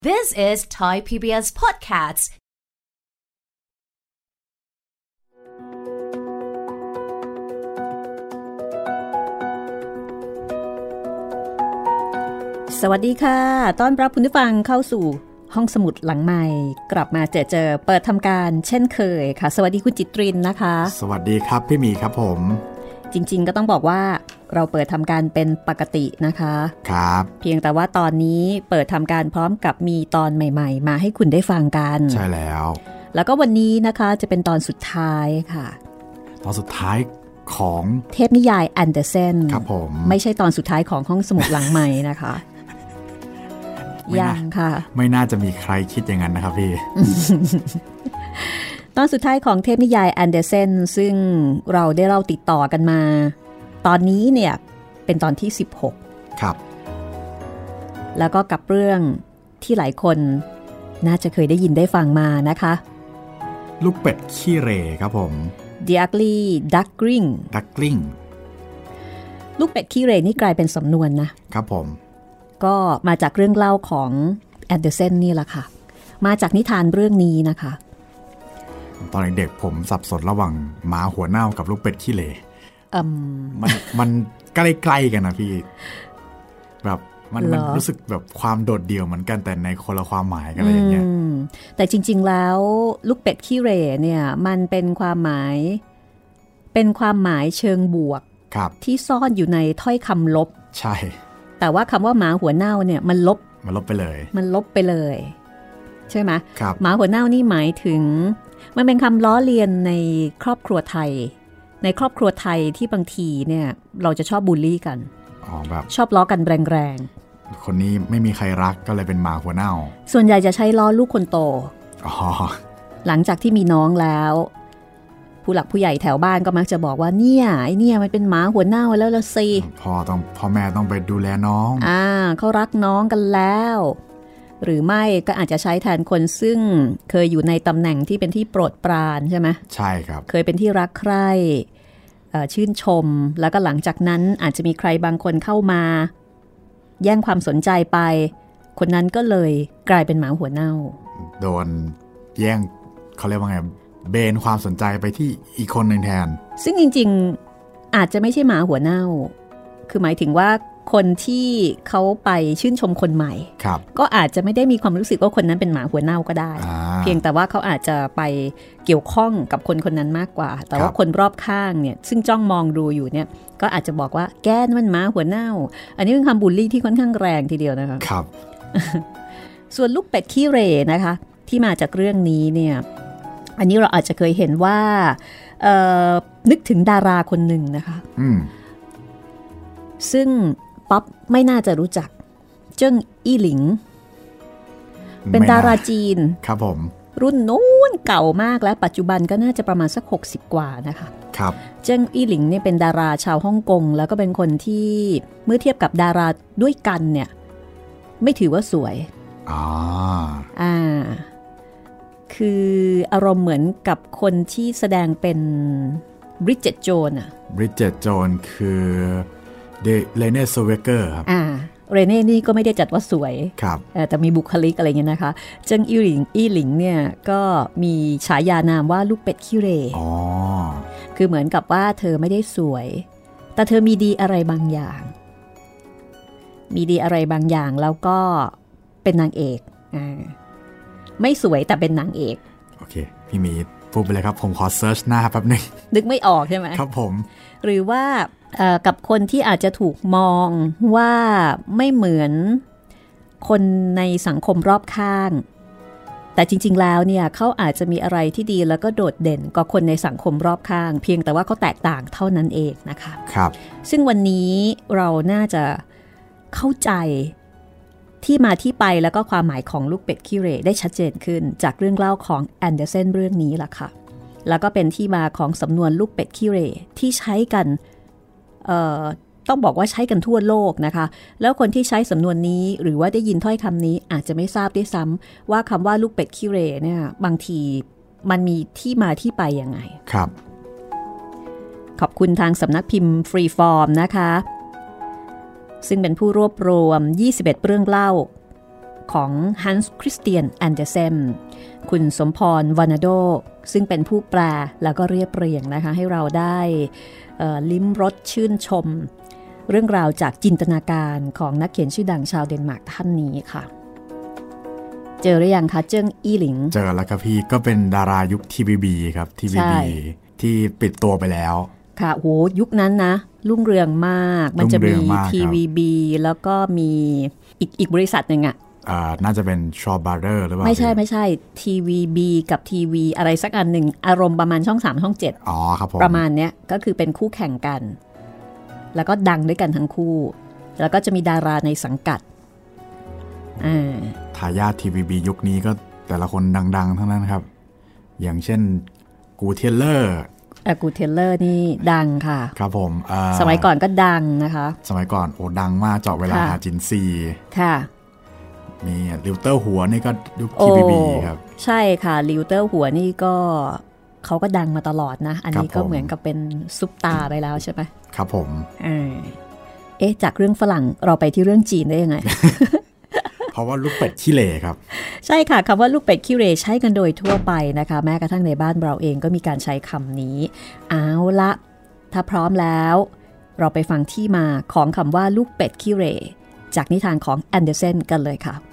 This is Thai PBS Podcasts. สวัสดีค่ะต้อนรับคุณผู้ฟังเข้าสู่ห้องสมุดหลังใหม่กลับมาเจอเปิดทำการเช่นเคยค่ะสวัสดีคุณจิตรินนะคะสวัสดีครับพี่หมีครับผมจริงๆก็ต้องบอกว่าเราเปิดทำการเป็นปกตินะคะครับเพียงแต่ว่าตอนนี้เปิดทำการพร้อมกับมีตอนใหม่ๆมาให้คุณได้ฟังกันใช่แล้วก็วันนี้นะคะจะเป็นตอนสุดท้ายค่ะตอนสุดท้ายของเทพนิยายแอนเดอร์เซนครับผมไม่ใช่ตอนสุดท้ายของห้องสมุดหลังใหม่นะคะยังค่ะไม่น่าจะมีใครคิดอย่างนั้นนะครับพี่ตอนสุดท้ายของเทพนิยายแอนเดอร์เซนซึ่งเราได้เล่าติดต่อกันมาตอนนี้เนี่ยเป็นตอนที่16 ครับแล้วก็กับเรื่องที่หลายคนน่าจะเคยได้ยินได้ฟังมานะคะลูกเป็ดขี้เหร่ครับผม The Ugly Duckling ลูกเป็ดขี้เหร่นี่กลายเป็นสำนวนนะครับผมก็มาจากเรื่องเล่าของแอนเดอร์เซนนี่แหละค่ะมาจากนิทานเรื่องนี้นะคะตอนเด็กผมสับสนระหว่างหมาหัวเน่ากับลูกเป็ดขี้เหร่มันใกล้ๆกันนะพี่แบบมันรู้สึกแบบความโดดเดี่ยวเหมือนกันแต่ในคนละความหมายกันอะไรอย่างเงี้ยแต่จริงๆแล้วลูกเป็ดขี้เหร่เนี่ยมันเป็นความหมายเชิงบวกที่ซ่อนอยู่ในถ้อยคำลบใช่แต่ว่าคำว่าหมาหัวเน่าเนี่ยมันลบไปเลยใช่ไหมหมาหัวเน่านี่หมายถึงมันเป็นคำล้อเลียนในครอบครัวไทยที่บางทีเนี่ยเราจะชอบบูลลี่กันแบบชอบล้อกันแรงๆคนนี้ไม่มีใครรักก็เลยเป็นหมาหัวเน่าส่วนใหญ่จะใช้ล้อลูกคนโตหลังจากที่มีน้องแล้วผู้หลักผู้ใหญ่แถวบ้านก็มักจะบอกว่าเนี่ยไอ้เนี่ยมันเป็นหมาหัวเน่าแล้วละสิพ่อแม่ต้องไปดูแลน้องเขารักน้องกันแล้วหรือไม่ก็อาจจะใช้แทนคนซึ่งเคยอยู่ในตำแหน่งที่เป็นที่โปรดปรานใช่ไหมใช่ครับเคยเป็นที่รักใคร่ชื่นชมแล้วก็หลังจากนั้นอาจจะมีใครบางคนเข้ามาแย่งความสนใจไปคนนั้นก็เลยกลายเป็นหมาหัวเน่าโดนแย่งเขาเรียกว่าไงเบนความสนใจไปที่อีกคนหนึ่งแทนซึ่งจริงๆอาจจะไม่ใช่หมาหัวเน่าคือหมายถึงว่าคนที่เขาไปชื่นชมคนใหม่ก็อาจจะไม่ได้มีความรู้สึกว่าคนนั้นเป็นหมาหัวเน่าก็ได้เพียงแต่ว่าเขาอาจจะไปเกี่ยวข้องกับคนคนนั้นมากกว่าแต่ว่าคนรอบข้างเนี่ยซึ่งจ้องมองดูอยู่เนี่ยก็อาจจะบอกว่าแกนั่นมันหมาหัวเน่าอันนี้เป็นคำบูลลี่ที่ค่อนข้างแรงทีเดียวนะคะครับส่วนลูกเป็ดขี้เหร่นะคะที่มาจากเรื่องนี้เนี่ยอันนี้เราอาจจะเคยเห็นว่านึกถึงดาราคนหนึ่งนะคะซึ่งป๊อปไม่น่าจะรู้จักเจิ้งอี้หลิงเป็นดาราจีนครับผมรุ่นนู้นเก่ามากแล้วปัจจุบันก็น่าจะประมาณสัก60กว่านะคะครับเจิ้งอี้หลิงเนี่ยเป็นดาราชาวฮ่องกงแล้วก็เป็นคนที่เมื่อเทียบกับดาราด้วยกันเนี่ยไม่ถือว่าสวยคืออารมณ์เหมือนกับคนที่แสดงเป็นบริดเจ็ตโจนบริดเจ็ตโจนคือเรเน่โซเวเกอร์ครับเรเน่นี่ก็ไม่ได้จัดว่าสวยครับแต่มีบุคลิกอะไรเงี้ยนะคะเจิ้งอี้หลิงเนี่ยก็มีฉายานามว่าลูกเป็ดขี้เหร่คือเหมือนกับว่าเธอไม่ได้สวยแต่เธอมีดีอะไรบางอย่างแล้วก็เป็นนางเอกไม่สวยแต่เป็นนางเอกโอเคพี่มีพูดไปเลยครับผมขอเซิร์ชหน้าแป๊บนึงนึกไม่ออกใช่ไหมครับผมหรือว่ากับคนที่อาจจะถูกมองว่าไม่เหมือนคนในสังคมรอบข้างแต่จริงๆแล้วเนี่ยเขาอาจจะมีอะไรที่ดีแล้วก็โดดเด่นกว่าคนในสังคมรอบข้างเพียงแต่ว่าเขาแตกต่างเท่านั้นเองนะคะครับซึ่งวันนี้เราน่าจะเข้าใจที่มาที่ไปแล้วก็ความหมายของลูกเป็ดขี้เหร่ได้ชัดเจนขึ้นจากเรื่องเล่าของแอนเดอร์เซนเรื่องนี้ล่ะค่ะแล้วก็เป็นที่มาของสำนวนลูกเป็ดขี้เหร่ที่ใช้กันต้องบอกว่าใช้กันทั่วโลกนะคะแล้วคนที่ใช้สำนวนนี้หรือว่าได้ยินถ้อยคำนี้อาจจะไม่ทราบด้วยซ้ำว่าคำว่าลูกเป็ดขี้เหร่เนี่ยบางทีมันมีที่มาที่ไปยังไงครับขอบคุณทางสำนักพิมพ์ฟรีฟอร์มนะคะซึ่งเป็นผู้รวบรวม21เรื่องเล่าของฮันส์คริสเตียนแอนเดอร์เซนคุณสมพรวานาโดซึ่งเป็นผู้แปลแล้วก็เรียบเรียงนะคะให้เราได้ลิ้มรสชื่นชมเรื่องราวจากจินตนาการของนักเขียนชื่อดังชาวเดนมาร์กท่านนี้ค่ะเจอหรือยังคะเจิ้งอี้หลิงเจอแล้วครับพี่ก็เป็นดารายุคทีวีบีครับทีวีบีที่ปิดตัวไปแล้วค่ะโหยุคนั้นนะรุ่งเรืองมากมันจะมีทีวีบีแล้วก็มีอีกบริษัทหนึ่งอ่ะน่าจะเป็นชอว์บาร์เดอร์หรือเปล่าไม่ใช่ทีวีบีกับทีวีอะไรสักอันหนึ่งอารมณ์ประมาณช่อง3ช่อง7 อ๋อครับผมประมาณเนี้ยก็คือเป็นคู่แข่งกันแล้วก็ดังด้วยกันทั้งคู่แล้วก็จะมีดาราในสังกัดทายาททีวีบียุคนี้ก็แต่ละคนดังๆทั้งนั้นครับอย่างเช่นกูเทเลอร์กูเทเลอร์นี่ดังค่ะครับผมสมัยก่อนก็ดังนะคะสมัยก่อนโอ้ดังมากเจาะเวลาหาจินซีค่ะมีลิวเตอร์หัวนี่ก็ยุคทีวีบีครับใช่ค่ะลิวเตอร์หัวนี่ก็เขาก็ดังมาตลอดนะอันนี้ก็เหมือนกับเป็นซุปตาไปแล้วใช่ไหมครับผมจากเรื่องฝรั่งเราไปที่เรื่องจีนได้ยังไงเพราะว่าลูกเป็ดขี้เหร่ครับใช่ค่ะคำว่าลูกเป็ดขี้เหร่ใช้กันโดยทั่วไปนะคะแม้กระทั่งในบ้านเราเองก็มีการใช้คำนี้เอาละถ้าพร้อมแล้วเราไปฟังที่มาของคำว่าลูกเป็ดขี้เหร่จากนิทานของแอนเดอร์เซนกันเลยค่ะ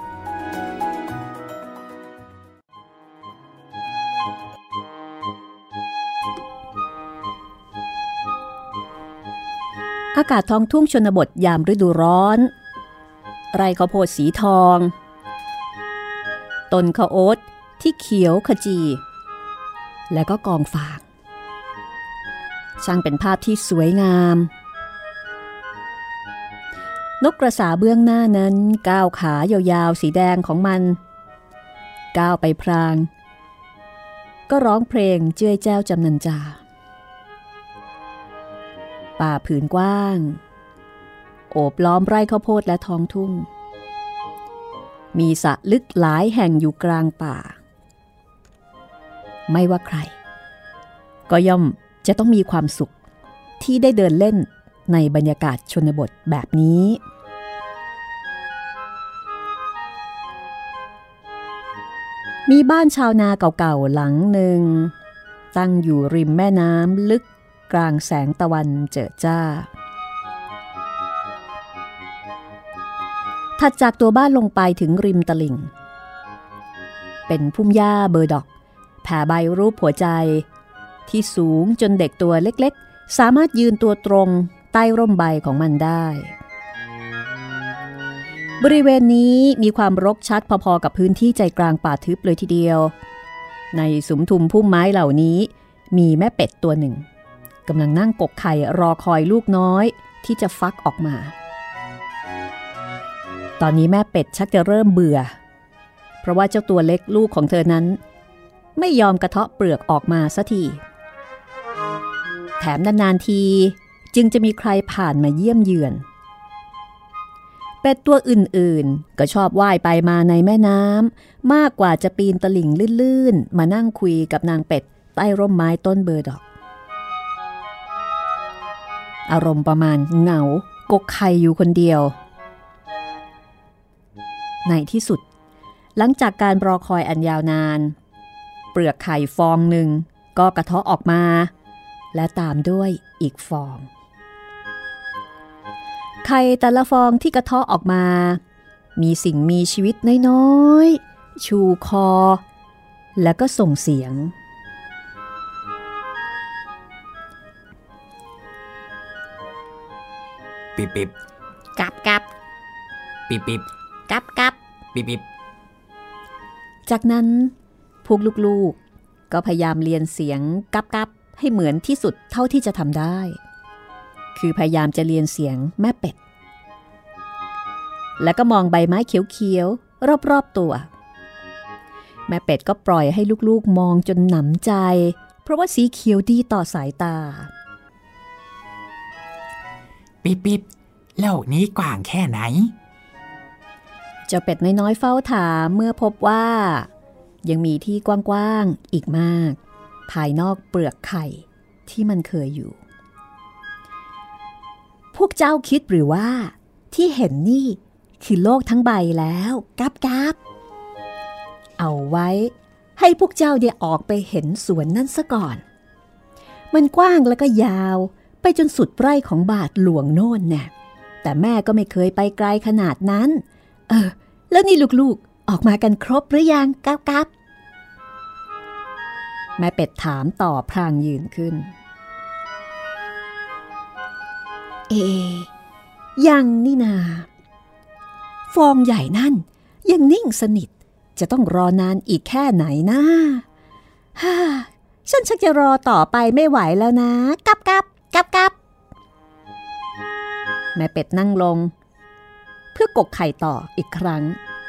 อากาศท้องทุ่งชนบทยามฤดูร้อนไร่ข้าวโพดสีทองต้นข้าวโอ๊ตที่เขียวขจีและก็กองฟางช่างเป็นภาพที่สวยงามนกกระสาเบื้องหน้านั้นก้าวขายาวๆสีแดงของมันก้าวไปพรางก็ร้องเพลงเจ้ยแจ้วจำนันจาป่าผืนกว้างโอบล้อมไร่ข้าวโพดและท้องทุ่งมีสระลึกหลายแห่งอยู่กลางป่าไม่ว่าใครก็ย่อมจะต้องมีความสุขที่ได้เดินเล่นในบรรยากาศชนบทแบบนี้มีบ้านชาวนาเก่าๆหลังหนึ่งตั้งอยู่ริมแม่น้ำลึกกลางแสงตะวันเจิดจ้าถัดจากตัวบ้านลงไปถึงริมตลิ่งเป็นพุ่มหญ้าเบอร์ดอกแผ่ใบรูปหัวใจที่สูงจนเด็กตัวเล็กๆสามารถยืนตัวตรงใต้ร่มใบของมันได้บริเวณนี้มีความรกชัดพอๆกับพื้นที่ใจกลางป่าทึบเลยทีเดียวในสุมทุมพุ่มไม้เหล่านี้มีแม่เป็ดตัวหนึ่งกำลังนั่งกกไข่รอคอยลูกน้อยที่จะฟักออกมาตอนนี้แม่เป็ดชักจะเริ่มเบื่อเพราะว่าเจ้าตัวเล็กลูกของเธอนั้นไม่ยอมกระเทาะเปลือกออกมาสักทีแถมนานๆทีจึงจะมีใครผ่านมาเยี่ยมเยือนเป็ดตัวอื่นๆก็ชอบว่ายไปมาในแม่น้ำมากกว่าจะปีนตลิ่งลื่นๆมานั่งคุยกับนางเป็ดใต้ร่มไม้ต้นเบอร์ดอกอารมณ์ประมาณเหงากกไข่อยู่คนเดียวในที่สุดหลังจากการรอคอยอันยาวนานเปลือกไข่ฟองหนึ่งก็กระเทาะออกมาและตามด้วยอีกฟองไข่แต่ละฟองที่กระเทาะออกมามีสิ่งมีชีวิตน้อยๆชูคอแล้วก็ส่งเสียงปิบปิบกับกับปิบปิบกับกับปิบปิบจากนั้นพวกลูกๆก็พยายามเรียนเสียงกับกับให้เหมือนที่สุดเท่าที่จะทำได้คือพยายามจะเรียนเสียงแม่เป็ดแล้วก็มองใบไม้เขียวๆรอบๆตัวแม่เป็ดก็ปล่อยให้ลูกๆมองจนหนำใจเพราะว่าสีเขียวดีต่อสายตาปิบปิบแล้วนี้กว้างแค่ไหนเจ้าเป็ดน้อยๆเฝ้าถามเมื่อพบว่ายังมีที่กว้างๆอีกมากภายนอกเปลือกไข่ที่มันเคยอยู่พวกเจ้าคิดหรือว่าที่เห็นนี่คือโลกทั้งใบแล้วกับเอาไว้ให้พวกเจ้าได้ออกไปเห็นสวนนั่นซะก่อนมันกว้างแล้วก็ยาวไปจนสุดไร่ของบาทหลวงโน่นแน่แต่แม่ก็ไม่เคยไปไกลขนาดนั้นแล้วนี่ลูกๆออกมากันครบหรือยังกับแม่เป็ดถามต่อพลางยืนขึ้นยังนี่นาฟองใหญ่นั่นยังนิ่งสนิทจะต้องรอนานอีกแค่ไหนนะฉันชักจะรอต่อไปไม่ไหวแล้วนะกับแม่เป็ดนั่งลงเพื่อกกไข่ต่ออีกครั้ง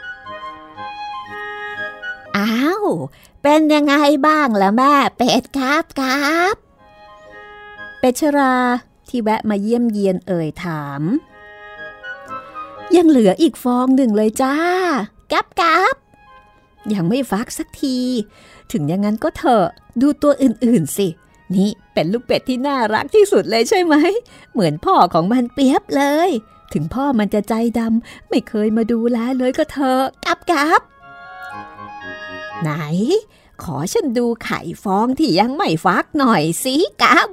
อ้าวเป็นยังไงบ้างล่ะแม่เป็ดครับเป็ดชราที่แวะมาเยี่ยมเยียนเอ่ยถามยังเหลืออีกฟองหนึ่งเลยจ้ากับยังไม่ฟักสักทีถึงอย่างนั้นก็เถอะดูตัวอื่นๆสินี่เป็นลูกเป็ดที่น่ารักที่สุดเลยใช่ไหมเหมือนพ่อของมันเปียบเลยถึงพ่อมันจะใจดำไม่เคยมาดูแลเลยก็เถอะกับไหนขอฉันดูไข่ฟองที่ยังไม่ฟักหน่อยสิกับ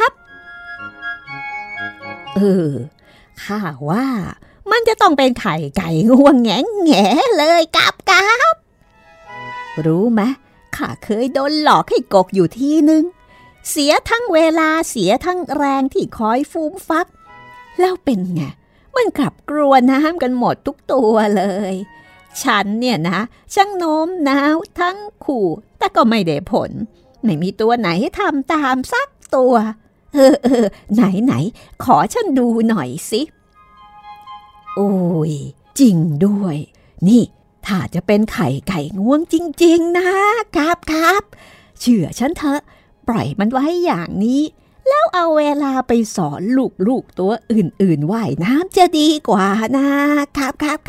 ข้าว่ามันจะต้องเป็นไข่ไก่งวงแง่เลยกับรู้ไหมข้าเคยโดนหลอกให้กกอยู่ทีนึงเสียทั้งเวลาเสียทั้งแรงที่คอยฟูมฟักแล้วเป็นไงมันกลับกลัวน้ำกันหมดทุกตัวเลยฉันเนี่ยนะช่างโน้มน้าวทั้งขู่แต่ก็ไม่ได้ผลไม่มีตัวไหนทำตามสักตัวไหนขอฉันดูหน่อยสิโอ้ยจริงด้วยนี่ถ้าจะเป็นไข่ไก่งวงจริงๆนะครับเชื่อฉันเถอะปล่อยมันไว้อย่างนี้แล้วเอาเวลาไปสอนลูกตัวอื่นๆว่ายน้ำจะดีกว่านะครับ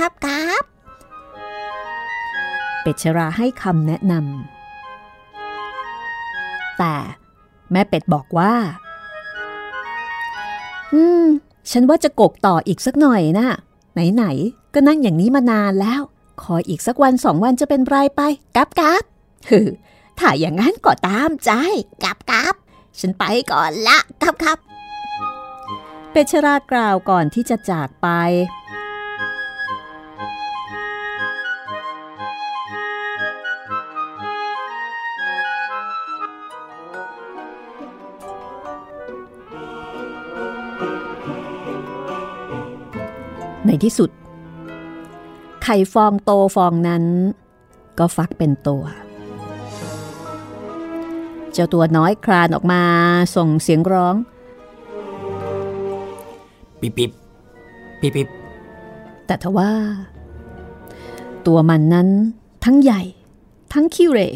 เป็ดชราให้คำแนะนำแต่แม่เป็ดบอกว่าฉันว่าจะกกต่ออีกสักหน่อยนะไหนก็นั่งอย่างนี้มานานแล้วขออีกสักวัน2 วันจะเป็นไรไปกับถ้าอย่างนั้นก็ตามใจกับฉันไปก่อนละกับเป็ดชรากล่าวก่อนที่จะจากไปในที่สุดไข่ฟองโตฟองนั้นก็ฟักเป็นตัวเจ้าตัวน้อยคลานออกมาส่งเสียงร้องปิ๊บแต่ทว่าตัวมันนั้นทั้งใหญ่ทั้งขี้เหร่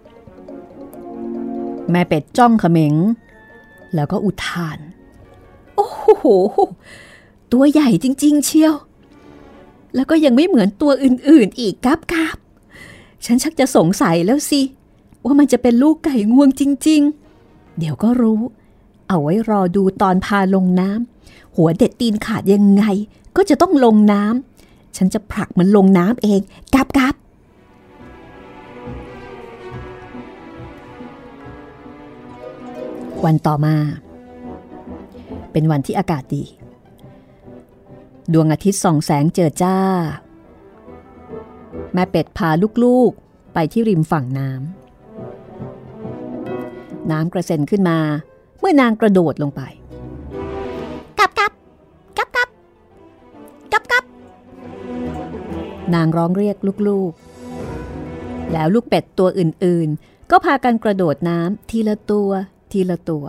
แม่เป็ดจ้องเขม็งแล้วก็อุทานโอ้โหตัวใหญ่จริงๆเชียวแล้วก็ยังไม่เหมือนตัวอื่นๆอีกกับฉันชักจะสงสัยแล้วสิว่ามันจะเป็นลูกไก่งวงจริงๆเดี๋ยวก็รู้เอาไว้รอดูตอนพาลงน้ำหัวเด็ดตีนขาดยังไงก็จะต้องลงน้ำฉันจะผลักมันลงน้ำเองกับวันต่อมาเป็นวันที่อากาศดีดวงอาทิตย์ส่องแสงเจิดจ้าแม่เป็ดพาลูกๆไปที่ริมฝั่งน้ำกระเซ็นขึ้นมาเมื่อนางกระโดดลงไปกับนางร้องเรียกลูกๆแล้วลูกเป็ดตัวอื่นๆก็พากันกระโดดน้ำทีละตัว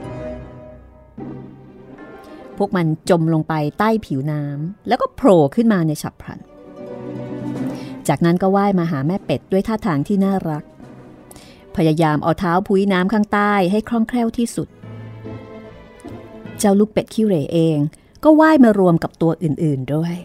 พวกมันจมลงไปใต้ผิวน้ำแล้วก็โผล่ขึ้นมาในฉับพลันจากนั้นก็ว่ายมาหาแม่เป็ดด้วยท่าทางที่น่ารักพยายามเอาเท้าพุ้ยน้ำข้างใต้ให้คล่องแคล่วที่สุดเจ้าลูกเป็ดขี้เหร่เองก็ว่ายมารวมกับตัวอื่นๆด้วย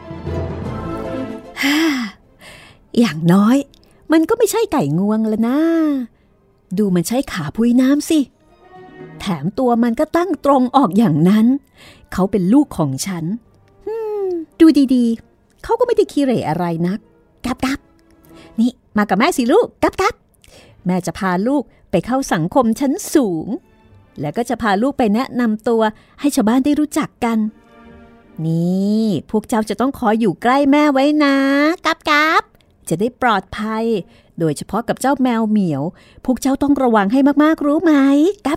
อย่างน้อยมันก็ไม่ใช่ไก่งวงแล้วนะดูมันใช้ขาพุ้ยน้ำสิแถมตัวมันก็ตั้งตรงออกอย่างนั้นเขาเป็นลูกของฉันดูดีๆเขาก็ไม่ได้ขี้เหร่อะไรนักกับนี่มากับแม่สิลูกกับแม่จะพาลูกไปเข้าสังคมชั้นสูงแล้วก็จะพาลูกไปแนะนำตัวให้ชาวบ้านได้รู้จักกันนี่พวกเจ้าจะต้องคอยอยู่ใกล้แม่ไว้นะกับจะได้ปลอดภัยโดยเฉพาะกับเจ้าแมวเหมียวพวกเจ้าต้องระวังให้มากๆรู้ไหมกับ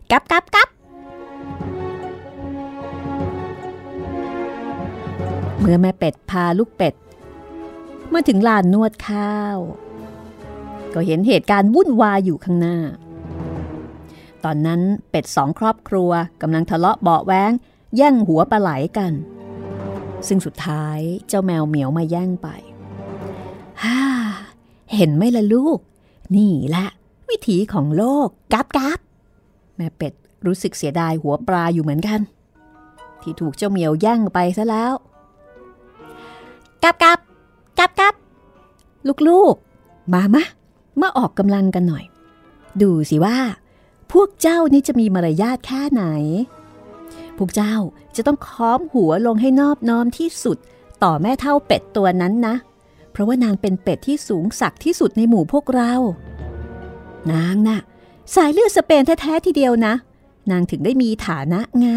เมื่อแม่เป็ดพาลูกเป็ดเมื่อถึงลานนวดข้าวก็เห็นเหตุการณ์วุ่นวายอยู่ข้างหน้าตอนนั้นเป็ด2 ครอบครัวกำลังทะเลาะเบาะแว้งแย่งหัวปลาไหลกันซึ่งสุดท้ายเจ้าแมวเหมียวมาแย่งไปเห็นไหมล่ะลูกนี่แหละวิถีของโลกกับแม่เป็ดรู้สึกเสียดายหัวปลาอยู่เหมือนกันที่ถูกเจ้าเหมียวแย่งไปซะแล้วกับลูกมาออกกำลังกันหน่อยดูสิว่าพวกเจ้านี่จะมีมารยาทแค่ไหนพวกเจ้าจะต้องค้อมหัวลงให้นอบน้อมที่สุดต่อแม่เฒ่าเป็ดตัวนั้นนะเพราะว่านางเป็นเป็ดที่สูงศักดิ์ที่สุดในหมู่พวกเรานางน่ะสายเลือดสเปนแท้ๆทีเดียวนะนางถึงได้มีฐานะไง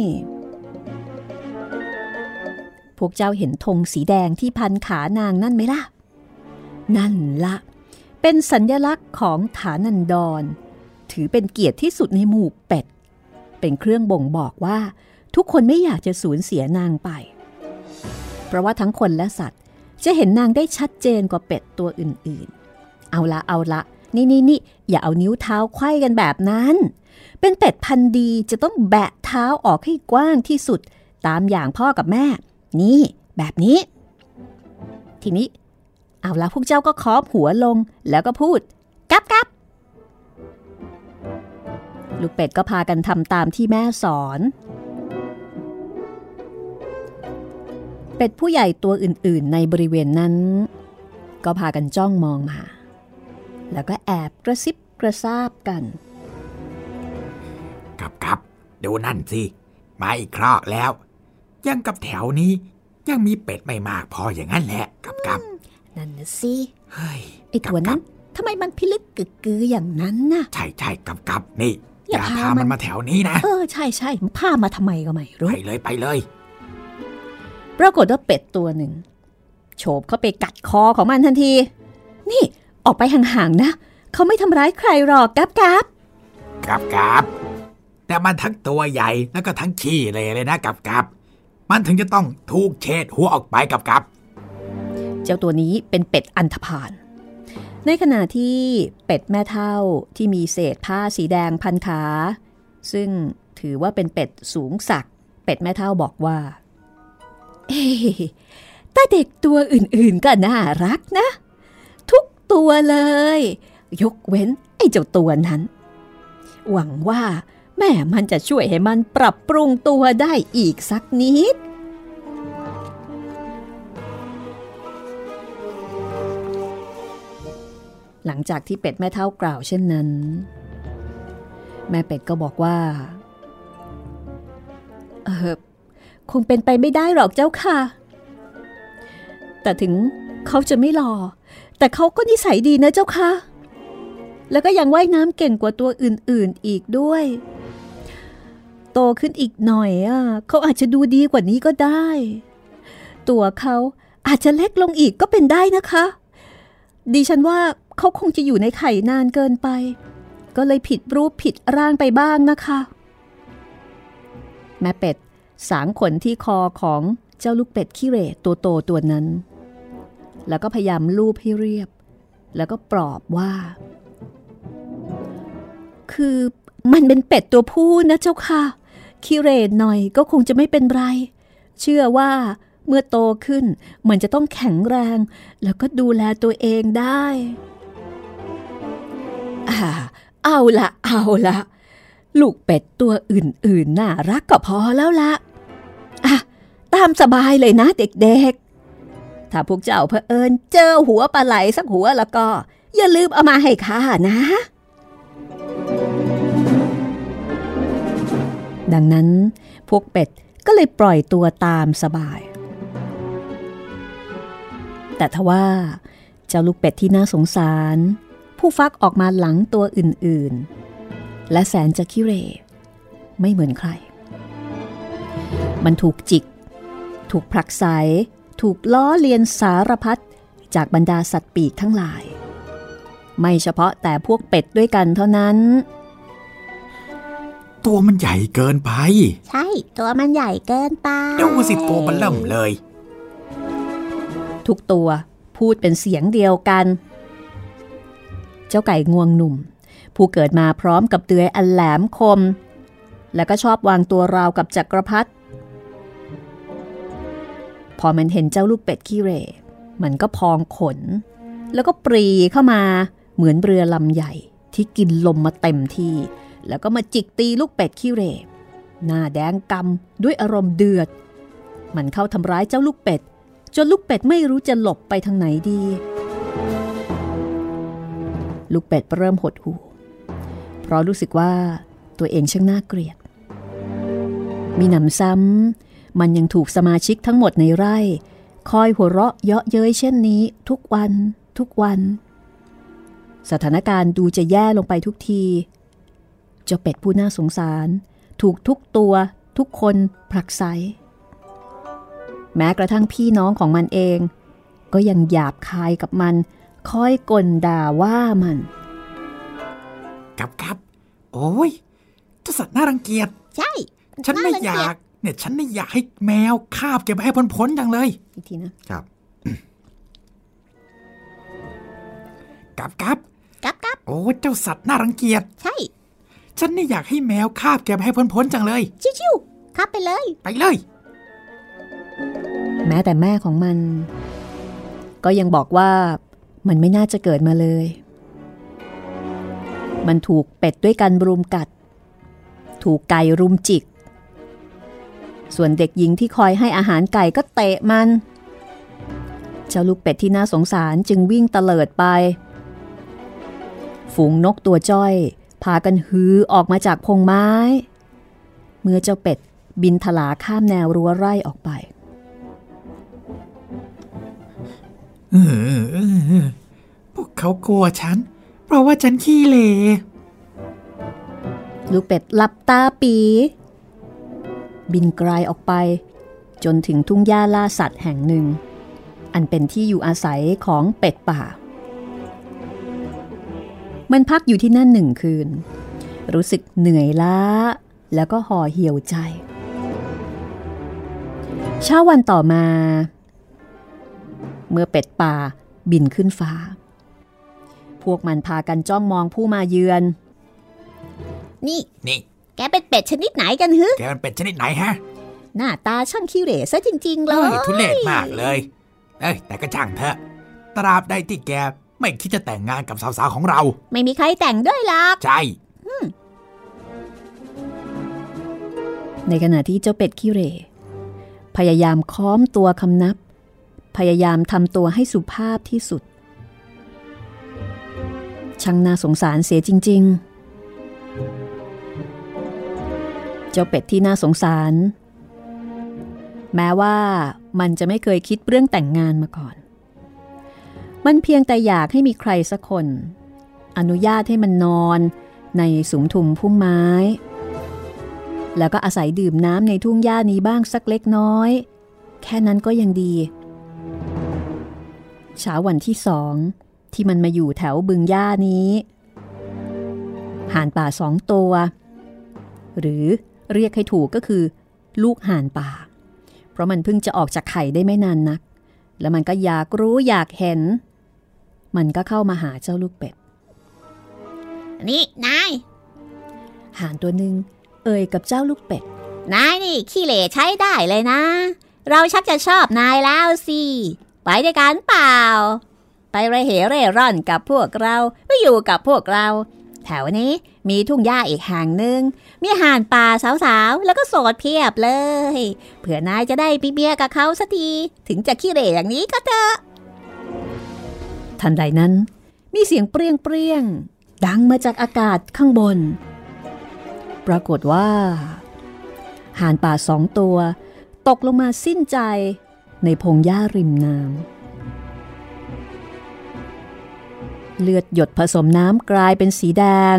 พวกเจ้าเห็นธงสีแดงที่พันขานางนั่นไหมล่ะนั่นละเป็นสัญลักษณ์ของฐานันดรถือเป็นเกียรติที่สุดในหมู่เป็ดเป็นเครื่องบ่งบอกว่าทุกคนไม่อยากจะสูญเสียนางไปเพราะว่าทั้งคนและสัตว์จะเห็นนางได้ชัดเจนกว่าเป็ดตัวอื่นๆเอาละนี่อย่าเอานิ้วเท้าไขว้กันแบบนั้นเป็นเป็ดพันธุ์ดีจะต้องแบะเท้าออกให้กว้างที่สุดตามอย่างพ่อกับแม่นี่แบบนี้ทีนี้เอาละพวกเจ้าก็ค้อมหัวลงแล้วก็พูดกับลูกเป็ดก็พากันทำตามที่แม่สอนเป็ดผู้ใหญ่ตัวอื่นๆในบริเวณนั้นก็พากันจ้องมองมาแล้วก็แอบกระซิบกระซาบกันกับดูนั่นสิมาอีกครอกแล้วยังกับแถวนี้ยังมีเป็ดไม่มากพออย่างนั้นแหละกับนั่นนะสิเฮ้ยไอตัวนั้นทำไมมันพิลึกกึกกืออย่างนั้นน่ะใช่กับนี่อย่าพามันมาแถวนี้นะใช่พามาทำไมก็ไม่รู้ไปเลยปรากฏว่าเป็ดตัวหนึ่งโฉบเข้าไปกัดคอของมันทันทีนี่ออกไปห่างๆนะเขาไม่ทำร้ายใครหรอกกับแต่มันทั้งตัวใหญ่แล้วก็ทั้งขี้เลยนะกับมันถึงจะต้องถูกเฉดหัวออกไปกับเจ้าตัวนี้เป็นเป็ดอันธพาลในขณะที่เป็ดแม่เฒ่าที่มีเศษผ้าสีแดงพันขาซึ่งถือว่าเป็นเป็ดสูงศักดิ์เป็ดแม่เฒ่าบอกว่าแต่เด็กตัวอื่นๆก็น่ารักนะทุกตัวเลยยกเว้นไอ้เจ้าตัวนั้นหวังว่าแม่มันจะช่วยให้มันปรับปรุงตัวได้อีกสักนิดหลังจากที่เป็ดแม่เฒ่ากล่าวเช่นนั้นแม่เป็ดก็บอกว่าคงเป็นไปไม่ได้หรอกเจ้าค่ะแต่ถึงเขาจะไม่หล่อแต่เขาก็นิสัยดีนะเจ้าค่ะแล้วก็ยังว่ายน้ำเก่งกว่าตัวอื่นๆอีกด้วยโตขึ้นอีกหน่อยเขาอาจจะดูดีกว่านี้ก็ได้ตัวเขาอาจจะเล็กลงอีกก็เป็นได้นะคะดิฉันว่าเขาคงจะอยู่ในไข่นานเกินไปก็เลยผิดรูปผิดร่างไปบ้างนะคะแม่เป็ดสางขนที่คอของเจ้าลูกเป็ดขี้เหร่ตัวโตตัวนั้นแล้วก็พยายามลูบให้เรียบแล้วก็ปลอบว่าคือมันเป็นเป็ดตัวผู้นะเจ้าค่ะขี้เหร่หน่อยก็คงจะไม่เป็นไรเชื่อว่าเมื่อโตขึ้นมันจะต้องแข็งแรงแล้วก็ดูแลตัวเองได้เอาละลูกเป็ดตัวอื่นๆน่ารักก็พอแล้วละตามสบายเลยนะเด็กๆถ้าพวกเจ้าเผอิญเจอหัวปลาไหลสักหัวแล้วก็อย่าลืมเอามาให้ข้านะดังนั้นพวกเป็ดก็เลยปล่อยตัวตามสบายแต่ทว่าเจ้าลูกเป็ดที่น่าสงสารผู้ฟักออกมาหลังตัวอื่นๆและแสนจะขี้เหร่ไม่เหมือนใครมันถูกจิกถูกผลักไสถูกล้อเลียนสารพัดจากบรรดาสัตว์ปีกทั้งหลายไม่เฉพาะแต่พวกเป็ดด้วยกันเท่านั้นตัวมันใหญ่เกินไปใช่ตัวมันใหญ่เกินไปดูสิตัวมันเริ่มเลยทุกตัวพูดเป็นเสียงเดียวกันเจ้าไก่งวงหนุ่มผู้เกิดมาพร้อมกับเดือยอันแหลมคมและก็ชอบวางตัวราวกับจักรพรรดิพอมันเห็นเจ้าลูกเป็ดขี้เหร่มันก็พองขนแล้วก็ปรีเข้ามาเหมือนเรือลำใหญ่ที่กินลมมาเต็มที่แล้วก็มาจิกตีลูกเป็ดขี้เหร่หน้าแดงกำด้วยอารมณ์เดือดมันเข้าทำร้ายเจ้าลูกเป็ดจนลูกเป็ดไม่รู้จะหลบไปทางไหนดีลูกเป็ดเริ่มหดหู่เพราะรู้สึกว่าตัวเองช่างน่าเกลียดมีหนำซ้ำมันยังถูกสมาชิกทั้งหมดในไร่คอยหัวเราะเยาะเย้ยเช่นนี้ทุกวันสถานการณ์ดูจะแย่ลงไปทุกทีเจ้าเป็ดผู้น่าสงสารถูกทุกตัวทุกคนผลักไสแม้กระทั่งพี่น้องของมันเองก็ยังหยาบคายกับมันคอยก่นด่าว่ามันครับโอ้ยเจ้าสัตว์น่ารังเกียจใช่ฉันไม่อยากให้แมวคาบเก็บไปให้พ้นจังเลยอีกทีนะครับครับโอ้เจ้าสัตว์น่ารังเกียจใช่ฉันไม่อยากให้แมวคาบเก็บไปให้พ้นจังเลยชิวๆคาบไปเลยแม้แต่แม่ของมันก็ยังบอกว่ามันไม่น่าจะเกิดมาเลยมันถูกเป็ดด้วยกันรุมกัดถูกไก่รุมจิกส่วนเด็กหญิงที่คอยให้อาหารไก่ก็เตะมันเจ้าลูกเป็ดที่น่าสงสารจึงวิ่งเตลิดไปฝูงนกตัวจ้อยพากันฮือออกมาจากพงไม้เมื่อเจ้าเป็ดบินถลาข้ามแนวรั้วไร่ออกไปพวกเขากลัวฉันเพราะว่าฉันขี้เหร่ลูกเป็ดหลับตาปีบินไกลออกไปจนถึงทุ่งหญ้าล่าสัตว์แห่งหนึ่งอันเป็นที่อยู่อาศัยของเป็ดป่ามันพักอยู่ที่นั่น1 คืนรู้สึกเหนื่อยล้าแล้วก็ห่อเหี่ยวใจเช้าวันต่อมาเมื่อเป็ดป่าบินขึ้นฟ้าพวกมันพากันจ้องมองผู้มาเยือนนี่แกเป็นเป็ดชนิดไหนกันฮึแกเป็นเป็ดชนิดไหนฮะหน้าตาช่างขี้เหร่ซะจริงๆเลยทุเรศมากเลยแต่ก็ช่างเถอะตราบใดที่แกไม่คิดจะแต่งงานกับสาวๆของเราไม่มีใครแต่งด้วยหรอกใช่ในขณะที่เจ้าเป็ดขี้เหร่พยายามค้อมตัวคำนับพยายามทำตัวให้สุภาพที่สุดช่างน่าสงสารเสียจริงๆเจ้าเป็ดที่น่าสงสารแม้ว่ามันจะไม่เคยคิดเรื่องแต่งงานมาก่อนมันเพียงแต่อยากให้มีใครสักคนอนุญาตให้มันนอนในสุมทุมพุ่มไม้แล้วก็อาศัยดื่มน้ำในทุ่งหญ้านี้บ้างสักเล็กน้อยแค่นั้นก็ยังดีเช้าวันที่2ที่มันมาอยู่แถวบึงหญ้านี้ห่านป่า2 ตัวหรือเรียกให้ถูกก็คือลูกห่านป่าเพราะมันเพิ่งจะออกจากไข่ได้ไม่นานนักแล้วมันก็อยากรู้อยากเห็นมันก็เข้ามาหาเจ้าลูกเป็ดนี่นายห่านตัวหนึ่งเอ่ยกับเจ้าลูกเป็ดนายนี่ขี้เหร่ใช้ได้เลยนะเราชักจะชอบนายแล้วสิไปด้วยกันเปล่าไปเร่ร่อนกับพวกเราไปอยู่กับพวกเราแถวนี้มีทุ่งหญ้าอีกแห่งหนึ่งมีห่านป่าสาวๆแล้วก็โสดเพียบเลยเผื่อนายจะได้มีเมียกับเขาสักทีถึงจะขี้เหร่อย่างนี้ก็เถอะทันใดนั้นมีเสียงเปรี้ยงดังมาจากอากาศข้างบนปรากฏว่าห่านป่า2 ตัว ตกลงมาสิ้นใจในพงหญ้าริมน้ำ เจ้าเป็ดที่น่าสงสารเลือดหยดผสมน้ำกลายเป็นสีแดง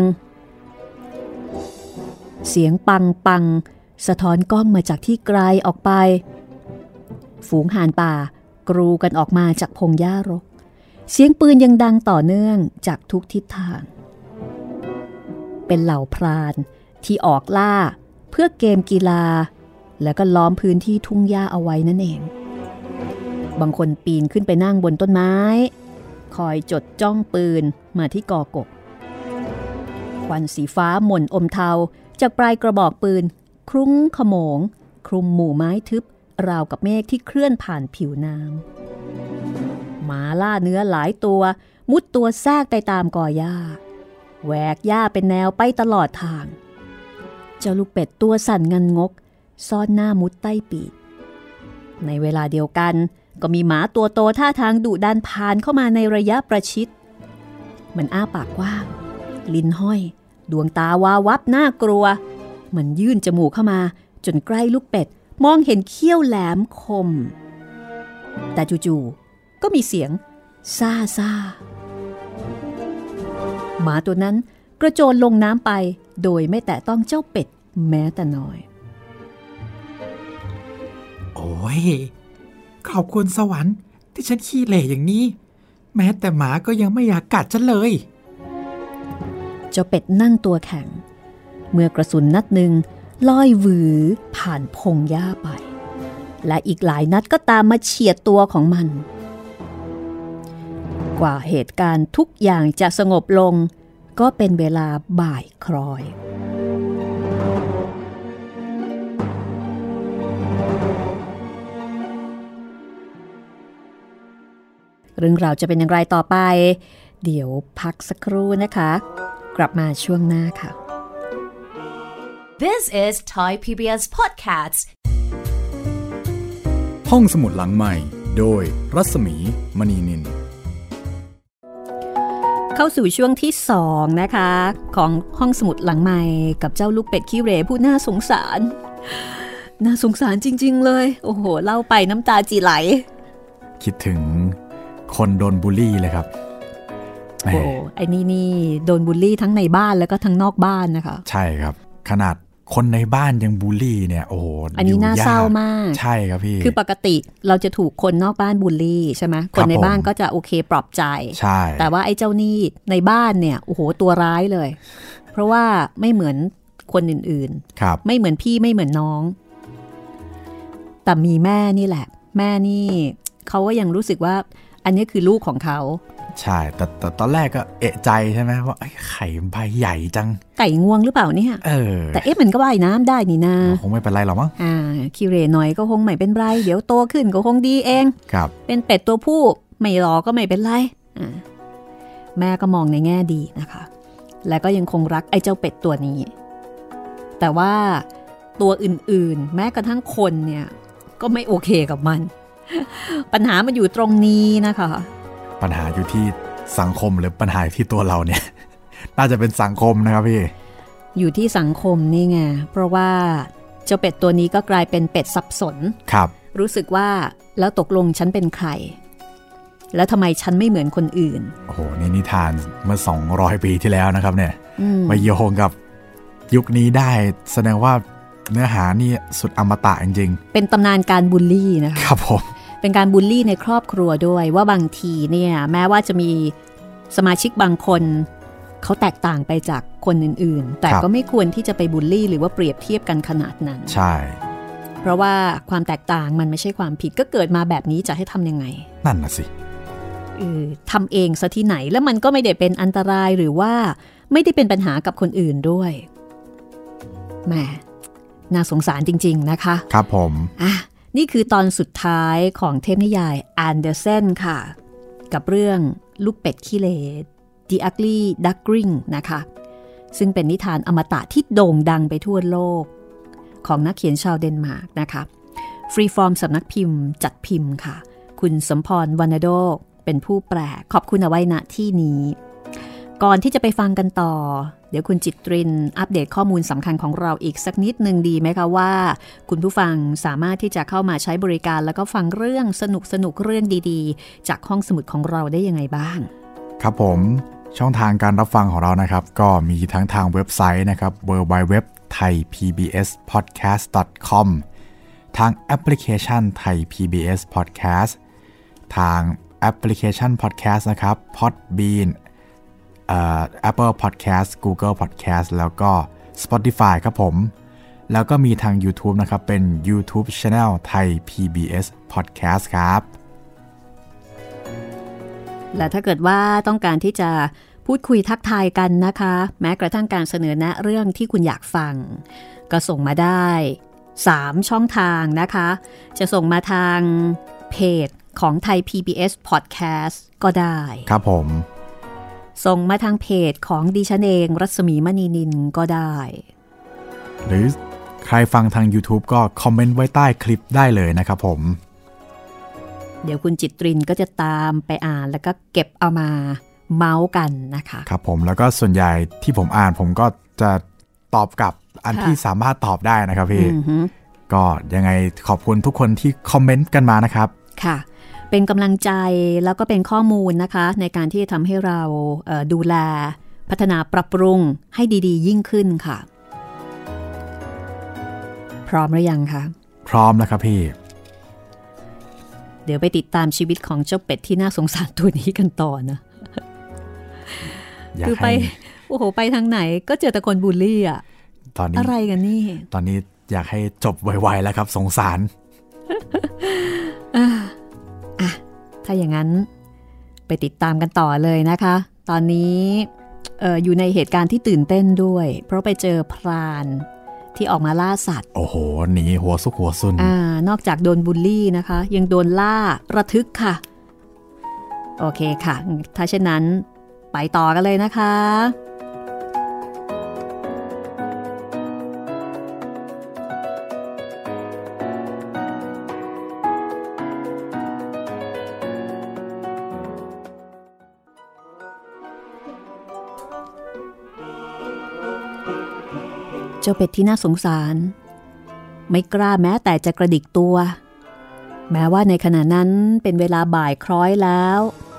เสียงปังปังสะท้อนก้องมาจากที่ไกลออกไปฝูงห่านป่ากรูกันออกมาจากพงหญ้ารกเสียงปืนยังดังต่อเนื่องจากทุกทิศทางเป็นเหล่าพรานที่ออกล่าเพื่อเกมกีฬาแล้วก็ล้อมพื้นที่ทุ่งหญ้าเอาไว้นั่นเองบางคนปีนขึ้นไปนั่งบนต้นไม้คอยจดจ้องปืนมาที่กอกกควันสีฟ้าหม่นอมเทาจากปลายกระบอกปืนคลุ้งขโมงคลุมหมู่ไม้ทึบราวกับเมฆที่เคลื่อนผ่านผิวน้ำหมาล่าเนื้อหลายตัวมุดตัวแทรกไปตามกอหญ้าแหวกหญ้าเป็นแนวไปตลอดทางเจ้าลูกเป็ดตัวสั่นงันงกซ่อนหน้ามุดใต้ปีกในเวลาเดียวกันก็มีหมาตัวโตท่าทางดุดันผ่านเข้ามาในระยะประชิดมันอ้าปากกว้างลิ้นห้อยดวงตาวาวับน่ากลัวมันยื่นจมูกเข้ามาจนใกล้ลูกเป็ดมองเห็นเขี้ยวแหลมคมแต่จู่ๆก็มีเสียงซ่าซ่าหมาตัวนั้นกระโจนลงน้ำไปโดยไม่แตะต้องเจ้าเป็ดแม้แต่น้อยโอ้ยขอบคุณสวรรค์ที่ฉันขี้เหร่อย่างนี้แม้แต่หมาก็ยังไม่อยากกัดฉันเลยเจ้าเป็ดนั่งตัวแข็งเมื่อกระสุนนัดหนึ่งลอยหวือผ่านพงหญ้าไปและอีกหลายนัดก็ตามมาเฉียดตัวของมันกว่าเหตุการณ์ทุกอย่างจะสงบลงก็เป็นเวลาบ่ายคล้อยเรื่องราวจะเป็นอย่างไรต่อไปเดี๋ยวพักสักครู่นะคะกลับมาช่วงหน้าค่ะ This is Thai PBS Podcast ห้องสมุดหลังใหม่โดยรัศมีมณีนินเข้าสู่ช่วงที่2นะคะของห้องสมุดหลังใหม่กับเจ้าลูกเป็ดขี้เหร่ผู้น่าสงสารจริงๆเลยโอ้โหเล่าไปน้ำตาจีไหลคิดถึงคนโดนบูลลี่เลยครับโอ้ไอ้นี่โดนบูลลี่ทั้งในบ้านแล้วก็ทั้งนอกบ้านนะคะใช่ครับขนาดคนในบ้านยังบูลลี่เนี่ยโอ้โหอันนี้น่าเศร้ามากใช่ครับพี่คือปกติเราจะถูกคนนอกบ้านบูลลี่ใช่ไหมคนในบ้านก็จะโอเคปลอบใจใช่แต่ว่าไอ้เจ้านี่ในบ้านเนี่ยโอ้โหตัวร้ายเลยเพราะว่าไม่เหมือนคนอื่นๆไม่เหมือนพี่ไม่เหมือนน้องแต่มีแม่นี่แหละแม่นี่เขาก็ยังรู้สึกว่าอันนี้คือลูกของเขาใช่แต่ตอนแรกก็เอะใจใช่ไหมว่าไข่ใบใหญ่จังไก่งวงหรือเปล่าเนี่ยแต่มันก็ว่ายน้ำได้นี่นะคงไม่เป็นไรหรอกมั้งขี้เหร่หน่อยก็คงไม่เป็นไรเดี๋ยวโตขึ้นก็คงดีเองครับเป็นเป็ดตัวผู้ไม่หลอก็ไม่เป็นไรแม่ก็มองในแง่ดีนะคะและก็ยังคงรักไอ้เจ้าเป็ดตัวนี้แต่ว่าตัวอื่นๆแม้กระทั่งคนเนี่ยก็ไม่โอเคกับมันปัญหามันอยู่ตรงนี้นะคะปัญหาอยู่ที่สังคมหรือปัญหาที่ตัวเราเนี่ยน่าจะเป็นสังคมนะครับพี่อยู่ที่สังคมนี่ไงเพราะว่าเจ้าเป็ดตัวนี้ก็กลายเป็นเป็ดสับสนครับรู้สึกว่าแล้วตกลงฉันเป็นใครแล้วทำไมฉันไม่เหมือนคนอื่นโอ้โหนี่นิทานเมื่อ200 ปีที่แล้วนะครับเนี่ยมาโยงกับยุคนี้ได้แสดงว่าเนื้อหานี่สุดอมตะจริงๆเป็นตำนานการบูลลี่นะคะครับผมเป็นการบูลลี่ในครอบครัวด้วยว่าบางทีเนี่ยแม้ว่าจะมีสมาชิกบางคนเขาแตกต่างไปจากคนอื่นๆแต่ก็ไม่ควรที่จะไปบูลลี่หรือว่าเปรียบเทียบกันขนาดนั้นใช่เพราะว่าความแตกต่างมันไม่ใช่ความผิดก็เกิดมาแบบนี้จะให้ทำยังไงนั่นน่ะสิทำเองซะที่ไหนแล้วมันก็ไม่ได้เป็นอันตรายหรือว่าไม่ได้เป็นปัญหากับคนอื่นด้วยแหมน่าสงสารจริงๆนะคะครับผมนี่คือตอนสุดท้ายของเทพนิยายแอนเดอร์เซนค่ะกับเรื่องลูกเป็ดขี้เหร่ The Ugly Duckling นะคะซึ่งเป็นนิทานอมตะที่โด่งดังไปทั่วโลกของนักเขียนชาวเดนมาร์กนะคะฟรีฟอร์มสำนักพิมพ์จัดพิมพ์ค่ะคุณสมพรวรรณโดกเป็นผู้แปลขอบคุณเอาไว้ณที่นี้ก่อนที่จะไปฟังกันต่อเดี๋ยวคุณจิตรินอัปเดตข้อมูลสำคัญของเราอีกสักนิดนึงดีไหมคะว่าคุณผู้ฟังสามารถที่จะเข้ามาใช้บริการแล้วก็ฟังเรื่องสนุกเรื่องดีๆจากห้องสมุดของเราได้ยังไงบ้างครับผมช่องทางการรับฟังของเรานะครับก็มีทั้งทางเว็บไซต์นะครับ www.thaipbspodcast.com ทางแอปพลิเคชัน Thai PBS Podcast ทางแอปพลิเคชัน Podcast นะครับ Podbean Apple Podcast Google Podcast แล้วก็ Spotify ครับผมแล้วก็มีทาง YouTube นะครับเป็น YouTube Channel Thai PBS Podcast ครับและถ้าเกิดว่าต้องการที่จะพูดคุยทักทายกันนะคะแม้กระทั่งการเสนอแนะเรื่องที่คุณอยากฟังก็ส่งมาได้3ช่องทางนะคะจะส่งมาทางเพจของ Thai PBS Podcast ก็ได้ครับผมส่งมาทางเพจของดิฉันเองรัศมีมณีนินก็ได้หรือใครฟังทาง YouTube ก็คอมเมนต์ไว้ใต้คลิปได้เลยนะครับผมเดี๋ยวคุณจิตรินก็จะตามไปอ่านแล้วก็เก็บเอามาเมาส์กันนะคะครับผมแล้วก็ส่วนใหญ่ที่ผมอ่านผมก็จะตอบกลับอันที่สามารถตอบได้นะครับพี่ก็ยังไงขอบคุณทุกคนที่คอมเมนต์กันมานะครับค่ะเป็นกำลังใจแล้วก็เป็นข้อมูลนะคะในการที่จะทำให้เราดูแลพัฒนาปรับปรุงให้ดีๆยิ่งขึ้นค่ะพร้อมหรือยังคะพร้อมแล้วครับพี่เดี๋ยวไปติดตามชีวิตของเจ้าเป็ดที่น่าสงสารตัวนี้กันต่อนะคือไปโอ้โหไปทางไหนก็เจอแต่คนบูลลี่อ่ะตอนนี้อะไรกันนี่ตอนนี้อยากให้จบไวๆแล้วครับสงสารถ้าอย่างนั้นไปติดตามกันต่อเลยนะคะตอนนี้อยู่ในเหตุการณ์ที่ตื่นเต้นด้วยเพราะไปเจอพรานที่ออกมาล่าสัตว์โอ้โหหนีหัวซุกหัวซุนนอกจากโดนบูลลี่นะคะยังโดนล่าระทึกค่ะโอเคค่ะถ้าเช่นนั้นไปต่อกันเลยนะคะเจ้าเป็ดที่น่าสงสารไม่กล้าแม้แต่จะกระดิกตัวแม้ว่าในขณะนั้นเป็นเวลาบ่ายคล้อยแล้ว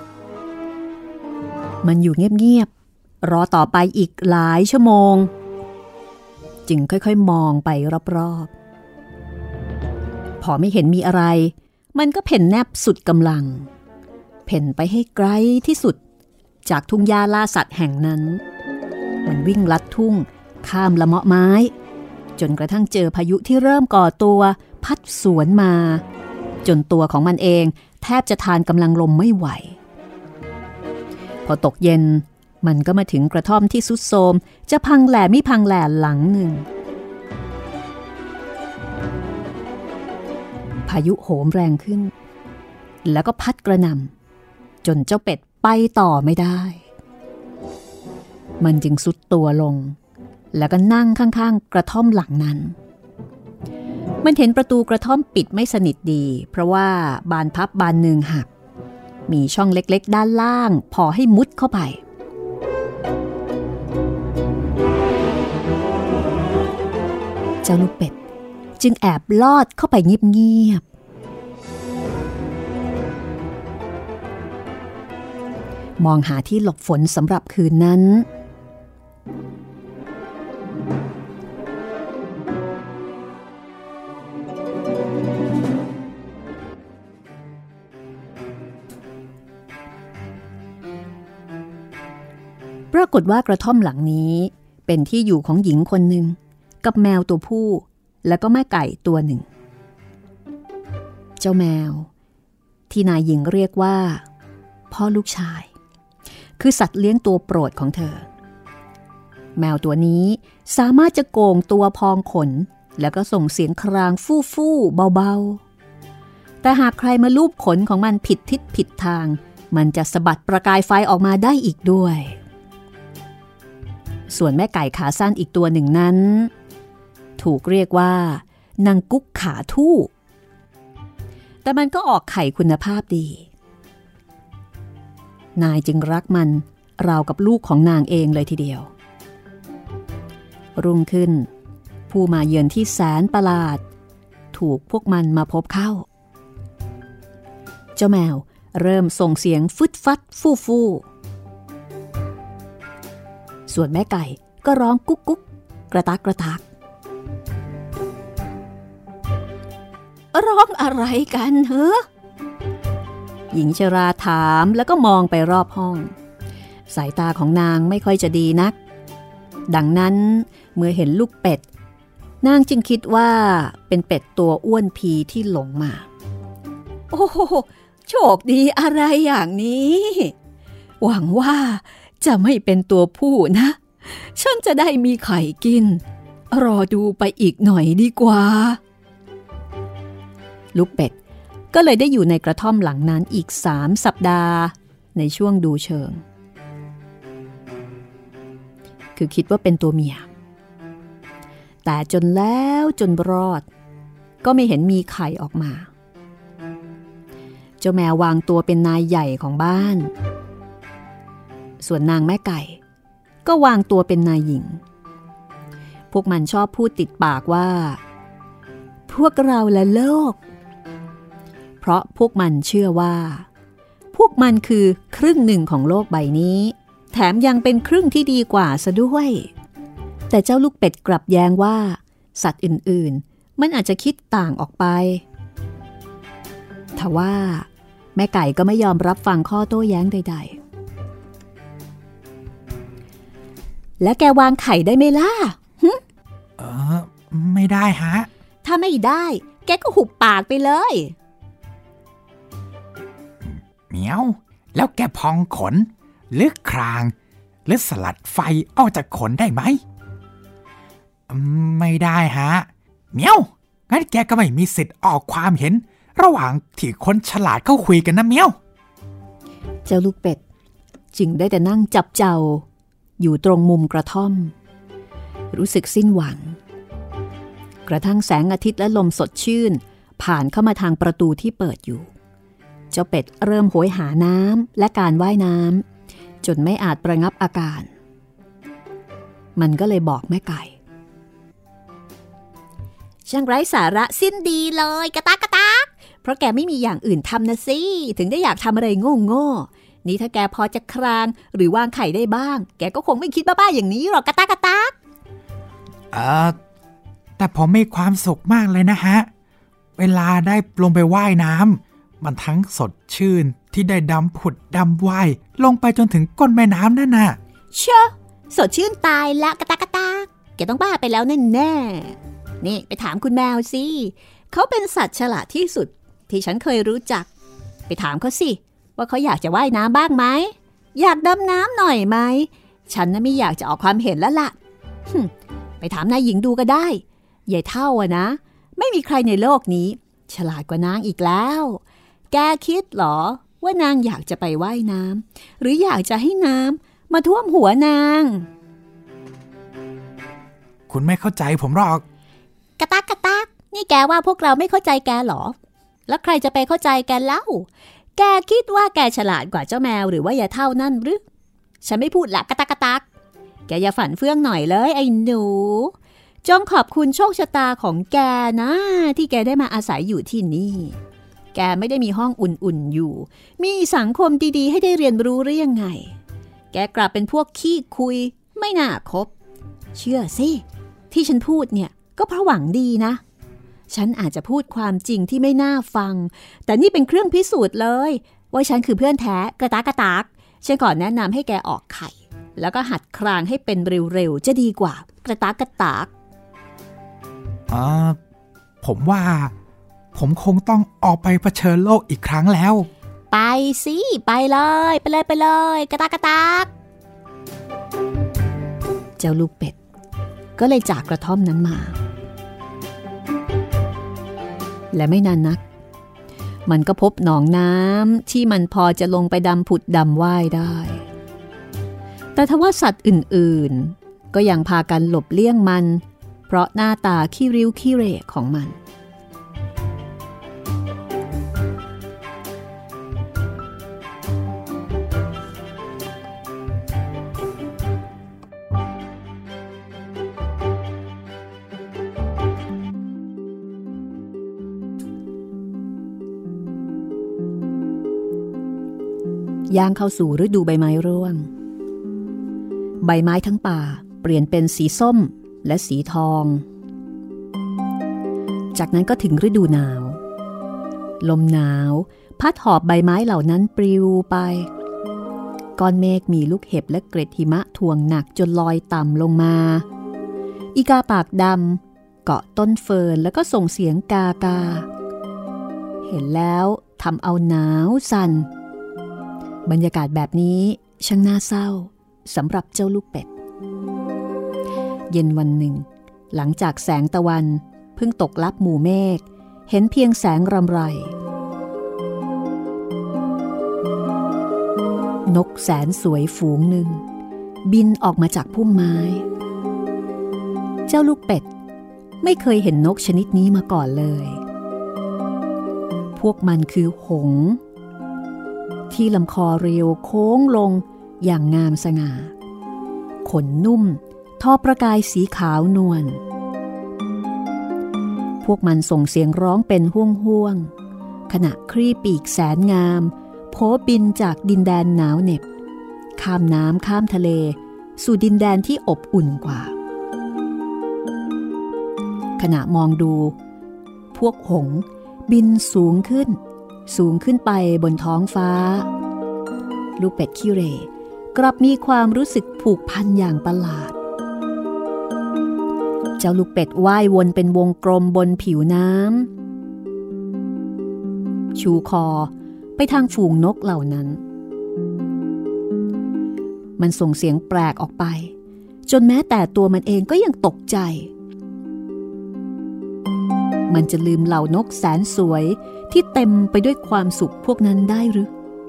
มันอยู่เงียบๆรอต่อไปอีกหลายชั่วโมงจึงค่อยๆมองไปรอบๆพอไม่เห็นมีอะไรมันก็เพ่นแนบสุดกำลังเพ่นไปให้ไกลที่สุดจากทุ่งหญ้าล่าสัตว์แห่งนั้นมันวิ่งลัดทุ่งข้ามละเมาะไม้จนกระทั่งเจอพายุที่เริ่มก่อตัวพัดสวนมาจนตัวของมันเองแทบจะทานกำลังลมไม่ไหวพอตกเย็นมันก็มาถึงกระท่อมที่ทรุดโทรมจะพังแหล่ไม่พังแหล่หลังหนึ่งพายุโหมแรงขึ้นแล้วก็พัดกระหน่ำจนเจ้าเป็ดไปต่อไม่ได้มันจึงทรุดตัวลงแล้วก็นั่งข้างๆกระท่อมหลังนั้นมันเห็นประตูกระท่อมปิดไม่สนิทดีเพราะว่าบานพับบานหนึ่งหักมีช่องเล็กๆด้านล่างพอให้มุดเข้าไปเจ้าลูกเป็ดจึงแอบลอดเข้าไปเงียบๆมองหาที่หลบฝนสำหรับคืนนั้นปรากฏว่ากระท่อมหลังนี้เป็นที่อยู่ของหญิงคนหนึ่งกับแมวตัวผู้แล้วก็แม่ไก่ตัวหนึ่งเจ้าแมวที่นายหญิงเรียกว่าพ่อลูกชายคือสัตว์เลี้ยงตัวโปรดของเธอแมวตัวนี้สามารถจะโก่งตัวพองขนแล้วก็ส่งเสียงครางฟู่ๆเบาๆแต่หากใครมาลูบขนของมันผิดทิศผิดทางมันจะสะบัดประกายไฟออกมาได้อีกด้วยส่วนแม่ไก่ขาสั้นอีกตัวหนึ่งนั้นถูกเรียกว่านางกุ๊กขาทู่แต่มันก็ออกไข่คุณภาพดีนายจึงรักมันราวกับลูกของนางเองเลยทีเดียวรุ่งขึ้นผู้มาเยือนที่แสนประหลาดถูกพวกมันมาพบเข้าเจ้าแมวเริ่มส่งเสียงฟึดฟัดฟู่ส่วนแม่ไก่ก็ร้องกุ๊กกุ๊กกระตักกระตักร้องอะไรกันเหรอหญิงชราถามแล้วก็มองไปรอบห้องสายตาของนางไม่ค่อยจะดีนักดังนั้นเมื่อเห็นลูกเป็ดนางจึงคิดว่าเป็นเป็ดตัวอ้วนพีที่หลงมาโอ้โหโชคดีอะไรอย่างนี้หวังว่าจะไม่เป็นตัวผู้นะฉันจะได้มีไข่กินรอดูไปอีกหน่อยดีกว่าลูกเป็ดก็เลยได้อยู่ในกระท่อมหลังนั้นอีก3 สัปดาห์ในช่วงดูเชิงคือคิดว่าเป็นตัวเมียแต่จนแล้วจนรอดก็ไม่เห็นมีไข่ออกมาเจ้าแมววางตัวเป็นนายใหญ่ของบ้านส่วนนางแม่ไก่ก็วางตัวเป็นนายหญิงพวกมันชอบพูดติดปากว่าพวกเราและโลกเพราะพวกมันเชื่อว่าพวกมันคือครึ่งหนึ่งของโลกใบนี้แถมยังเป็นครึ่งที่ดีกว่าซะด้วยแต่เจ้าลูกเป็ดกลับแย้งว่าสัตว์อื่นๆมันอาจจะคิดต่างออกไปทว่าแม่ไก่ก็ไม่ยอมรับฟังข้อโต้แย้งใดๆและแกวางไข่ได้ไหมล่ะไม่ได้ฮะถ้าไม่ได้แกก็หุบปากไปเลยเหมียวแล้วแกพองขนหรือครางหรือสลัดไฟออกจากขนได้ไหมไม่ได้ฮะเหมียวงั้นแกก็ไม่มีสิทธิ์ออกความเห็นระหว่างที่คนฉลาดเขาคุยกันนะเหมียวเจ้าลูกเป็ดจึงได้แต่นั่งจับเจ้าอยู่ตรงมุมกระท่อมรู้สึกสิ้นหวังกระทั่งแสงอาทิตย์และลมสดชื่นผ่านเข้ามาทางประตูที่เปิดอยู่เจ้าเป็ดเริ่มโหยหาน้ำและการว่ายน้ำจนไม่อาจประงับอาการมันก็เลยบอกแม่ไก่ช่างไร้สาระสิ้นดีเลยกระตักกระตักเพราะแกไม่มีอย่างอื่นทำนะสิถึงได้อยากทำอะไรโง่ๆนี่ถ้าแกพอจะครางหรือวางไข่ได้บ้างแกก็คงไม่คิดบ้าๆอย่างนี้หรอกกระตักกระตักแต่ผมมีความสุขมากเลยนะฮะเวลาได้ลงไปว่ายน้ำมันทั้งสดชื่นที่ได้ดำผุดดำว่ายลงไปจนถึงก้นแม่น้ำนั่นน่ะเชื่อสดชื่นตายละกระตักกระตักแกต้องบ้าไปแล้วแน่ๆนี่ไปถามคุณแมวสิเขาเป็นสัตว์ฉลาดที่สุดที่ฉันเคยรู้จักไปถามเขาสิว่าเขาอยากจะว่ายน้ำบ้างไหมอยากดำน้ำหน่อยไหมฉันน่ะไม่อยากจะออกความเห็นแล้วล่ะไปถามนายหญิงดูก็ได้ยายเท่าอะนะไม่มีใครในโลกนี้ฉลาดกว่านางอีกแล้วแกคิดเหรอว่านางอยากจะไปว่ายน้ำหรืออยากจะให้น้ำมาท่วมหัวนางคุณไม่เข้าใจผมหรอกกระตักกระตักนี่แกว่าพวกเราไม่เข้าใจแกหรอแล้วใครจะไปเข้าใจแกเล่าแกคิดว่าแกฉลาดกว่าเจ้าแมวหรือว่ายายเท่านั่นหรือฉันไม่พูดละกระตักกระตักแกอย่าฝันเฟื่องหน่อยเลยไอ้หนูจงขอบคุณโชคชะตาของแกนะที่แกได้มาอาศัยอยู่ที่นี่แกไม่ได้มีห้องอุ่นๆอยู่มีสังคมดีๆให้ได้เรียนรู้หรือยังไงแกกลับเป็นพวกขี้คุยไม่น่าคบเชื่อสิที่ฉันพูดเนี่ยก็เพราะหวังดีนะฉันอาจจะพูดความจริงที่ไม่น่าฟังแต่นี่เป็นเครื่องพิสูจน์เลยว่าฉันคือเพื่อนแท้กระตากกระตากฉันก่อนแนะนำให้แกออกไข่แล้วก็หัดครางให้เป็นเร็วๆจะดีกว่ากระตากกระตากผมว่าผมคงต้องออกไปเผชิญโลกอีกครั้งแล้วไปสิไปเลยไปเลยกระตากกระตากเจ้าลูกเป็ดก็เลยจากกระท่อมนั้นมาและไม่นานนักมันก็พบหนองน้ำที่มันพอจะลงไปดำผุดดำว่ายได้แต่ทว่าสัตว์อื่นๆก็ยังพากันหลบเลี่ยงมันเพราะหน้าตาขี้ริ้วขี้เหร่ของมันย่างเข้าสู่ฤดูใบไม้ร่วงใบไม้ทั้งป่าเปลี่ยนเป็นสีส้มและสีทองจากนั้นก็ถึงฤดูหนาวลมหนาวพัดหอบใบไม้เหล่านั้นปลิวไปก้อนเมฆมีลูกเห็บและเกล็ดหิมะถ่วงหนักจนลอยต่ำลงมาอีกาปากดำเกาะต้นเฟิร์นแล้วก็ส่งเสียงกากาเห็นแล้วทำเอาหนาวสั่นบรรยากาศแบบนี้ช่างน่าเศร้าสำหรับเจ้าลูกเป็ดเย็นวันหนึ่งหลังจากแสงตะวันเพิ่งตกลับหมู่เมฆเห็นเพียงแสงรำไรนกแสนสวยฝูงหนึ่งบินออกมาจากพุ่มไม้เจ้าลูกเป็ดไม่เคยเห็นนกชนิดนี้มาก่อนเลยพวกมันคือหงส์ที่ลำคอเรียวโค้งลงอย่างงามสง่าขนนุ่มทอประกายสีขาวนวลพวกมันส่งเสียงร้องเป็นห้วงๆขณะคลี่ปีกแสนงามโผบินจากดินแดนหนาวเหน็บข้ามน้ำข้ามทะเลสู่ดินแดนที่อบอุ่นกว่าขณะมองดูพวกหงส์บินสูงขึ้นไปบนท้องฟ้าลูกเป็ดขี้เหร่กลับมีความรู้สึกผูกพันอย่างประหลาดเจ้าลูกเป็ดว่ายวนเป็นวงกลมบนผิวน้ำชูคอไปทางฝูงนกเหล่านั้นมันส่งเสียงแปลกออกไปจนแม้แต่ตัวมันเองก็ยังตกใจมันจะลืมเหล่านกแสนสวยที่เต็มไปด้วยความสุขพวกนั้นได้หรือ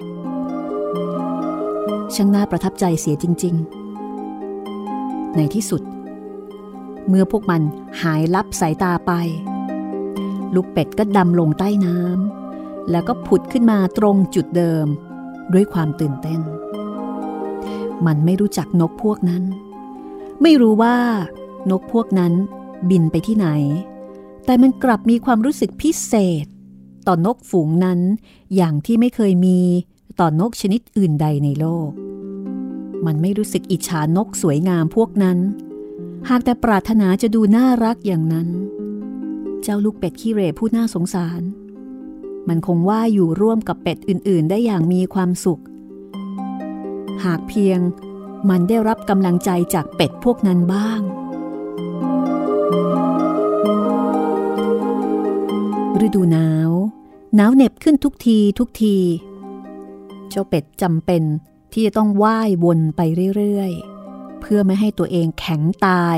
ช่างน่าประทับใจเสียจริงๆในที่สุดเมื่อพวกมันหายลับสายตาไปลูกเป็ดก็ดำลงใต้น้ำแล้วก็ผุดขึ้นมาตรงจุดเดิมด้วยความตื่นเต้นมันไม่รู้จักนกพวกนั้นไม่รู้ว่านกพวกนั้นบินไปที่ไหนแต่มันกลับมีความรู้สึกพิเศษต่อนกฝูงนั้นอย่างที่ไม่เคยมีต่อนกชนิดอื่นใดในโลกมันไม่รู้สึกอิจฉานกสวยงามพวกนั้นหากแต่ปรารถนาจะดูน่ารักอย่างนั้นเจ้าลูกเป็ดขี้เหร่ผู้น่าสงสารมันคงว่าอยู่ร่วมกับเป็ดอื่นๆได้อย่างมีความสุขหากเพียงมันได้รับกำลังใจจากเป็ดพวกนั้นบ้างฤดูหนาวเหน็บขึ้นทุกทีเจ้าเป็ดจำเป็นที่จะต้องว่ายวนไปเรื่อยๆเพื่อไม่ให้ตัวเองแข็งตาย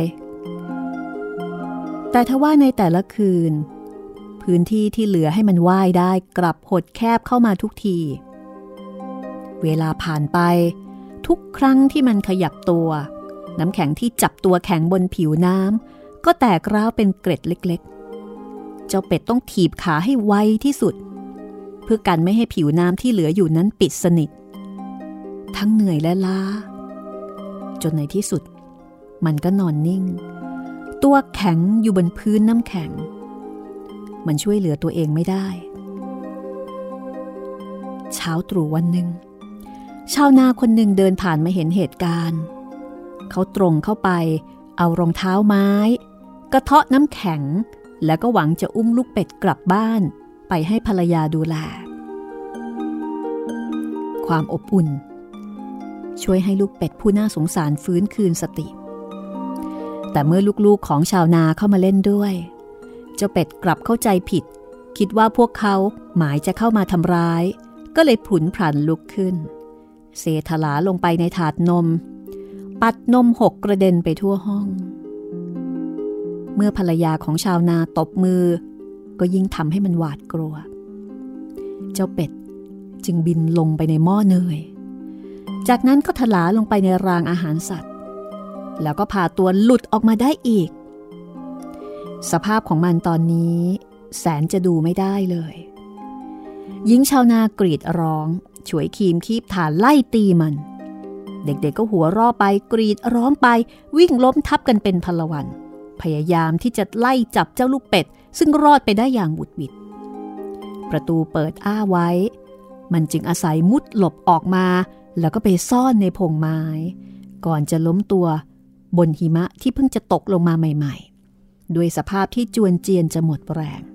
แต่ทว่าในแต่ละคืนพื้นที่ที่เหลือให้มันว่ายได้กลับหดแคบเข้ามาทุกทีเวลาผ่านไปทุกครั้งที่มันขยับตัวน้ำแข็งที่จับตัวแข็งบนผิวน้ำก็แตกร้าวเป็นเกล็ดเล็กๆเจ้าเป็ดต้องถีบขาให้ไวที่สุดเพื่อกันไม่ให้ผิวน้ำที่เหลืออยู่นั้นปิดสนิททั้งเหนื่อยและล้าจนในที่สุดมันก็นอนนิ่งตัวแข็งอยู่บนพื้นน้ำแข็งมันช่วยเหลือตัวเองไม่ได้เช้าตรู่วันหนึ่งชาวนาคนหนึ่งเดินผ่านมาเห็นเหตุการณ์เขาตรงเข้าไปเอารองเท้าไม้กระเทาะน้ำแข็งแล้วก็หวังจะอุ้มลูกเป็ดกลับบ้านไปให้ภรรยาดูแลความอบอุ่นช่วยให้ลูกเป็ดผู้น่าสงสารฟื้นคืนสติแต่เมื่อลูกๆของชาวนาเข้ามาเล่นด้วยเจ้าเป็ดกลับเข้าใจผิดคิดว่าพวกเขาหมายจะเข้ามาทำร้ายก็เลยผุนพลันลุกขึ้นเสถลาลงไปในถาดนมปัดนมหกกระเด็นไปทั่วห้องเมื่อภรรยาของชาวนาตบมือก็ยิ่งทำให้มันหวาดกลัวเจ้าเป็ดจึงบินลงไปในหม้อเนยจากนั้นก็ถลาลงไปในรางอาหารสัตว์แล้วก็พาตัวหลุดออกมาได้อีกสภาพของมันตอนนี้แสนจะดูไม่ได้เลยหญิงชาวนากรีดร้องฉวยครีมคีบถ่านไล่ตีมันเด็กๆก็หัวเราะไปกรีดร้องไปวิ่งล้มทับกันเป็นพลวันพยายามที่จะไล่จับเจ้าลูกเป็ดซึ่งรอดไปได้อย่างบุดหวิดประตูเปิดอ้าไว้มันจึงอาศัยมุดหลบออกมาแล้วก็ไปซ่อนในพงไม้ก่อนจะล้มตัวบนหิมะที่เพิ่งจะตกลงมาใหม่ๆด้วยสภาพที่จวนเจียนจะหมดแรง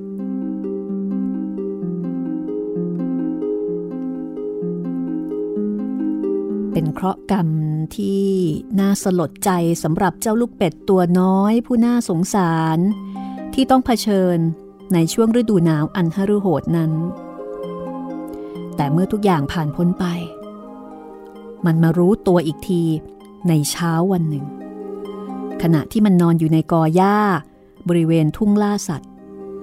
เป็นเคราะห์กรรมที่น่าสลดใจสำหรับเจ้าลูกเป็ดตัวน้อยผู้น่าสงสารที่ต้องเผชิญในช่วงฤดูหนาวอันหฤโหดนั้นแต่เมื่อทุกอย่างผ่านพ้นไปมันมารู้ตัวอีกทีในเช้าวันหนึ่งขณะที่มันนอนอยู่ในกอหญ้าบริเวณทุ่งล่าสัตว์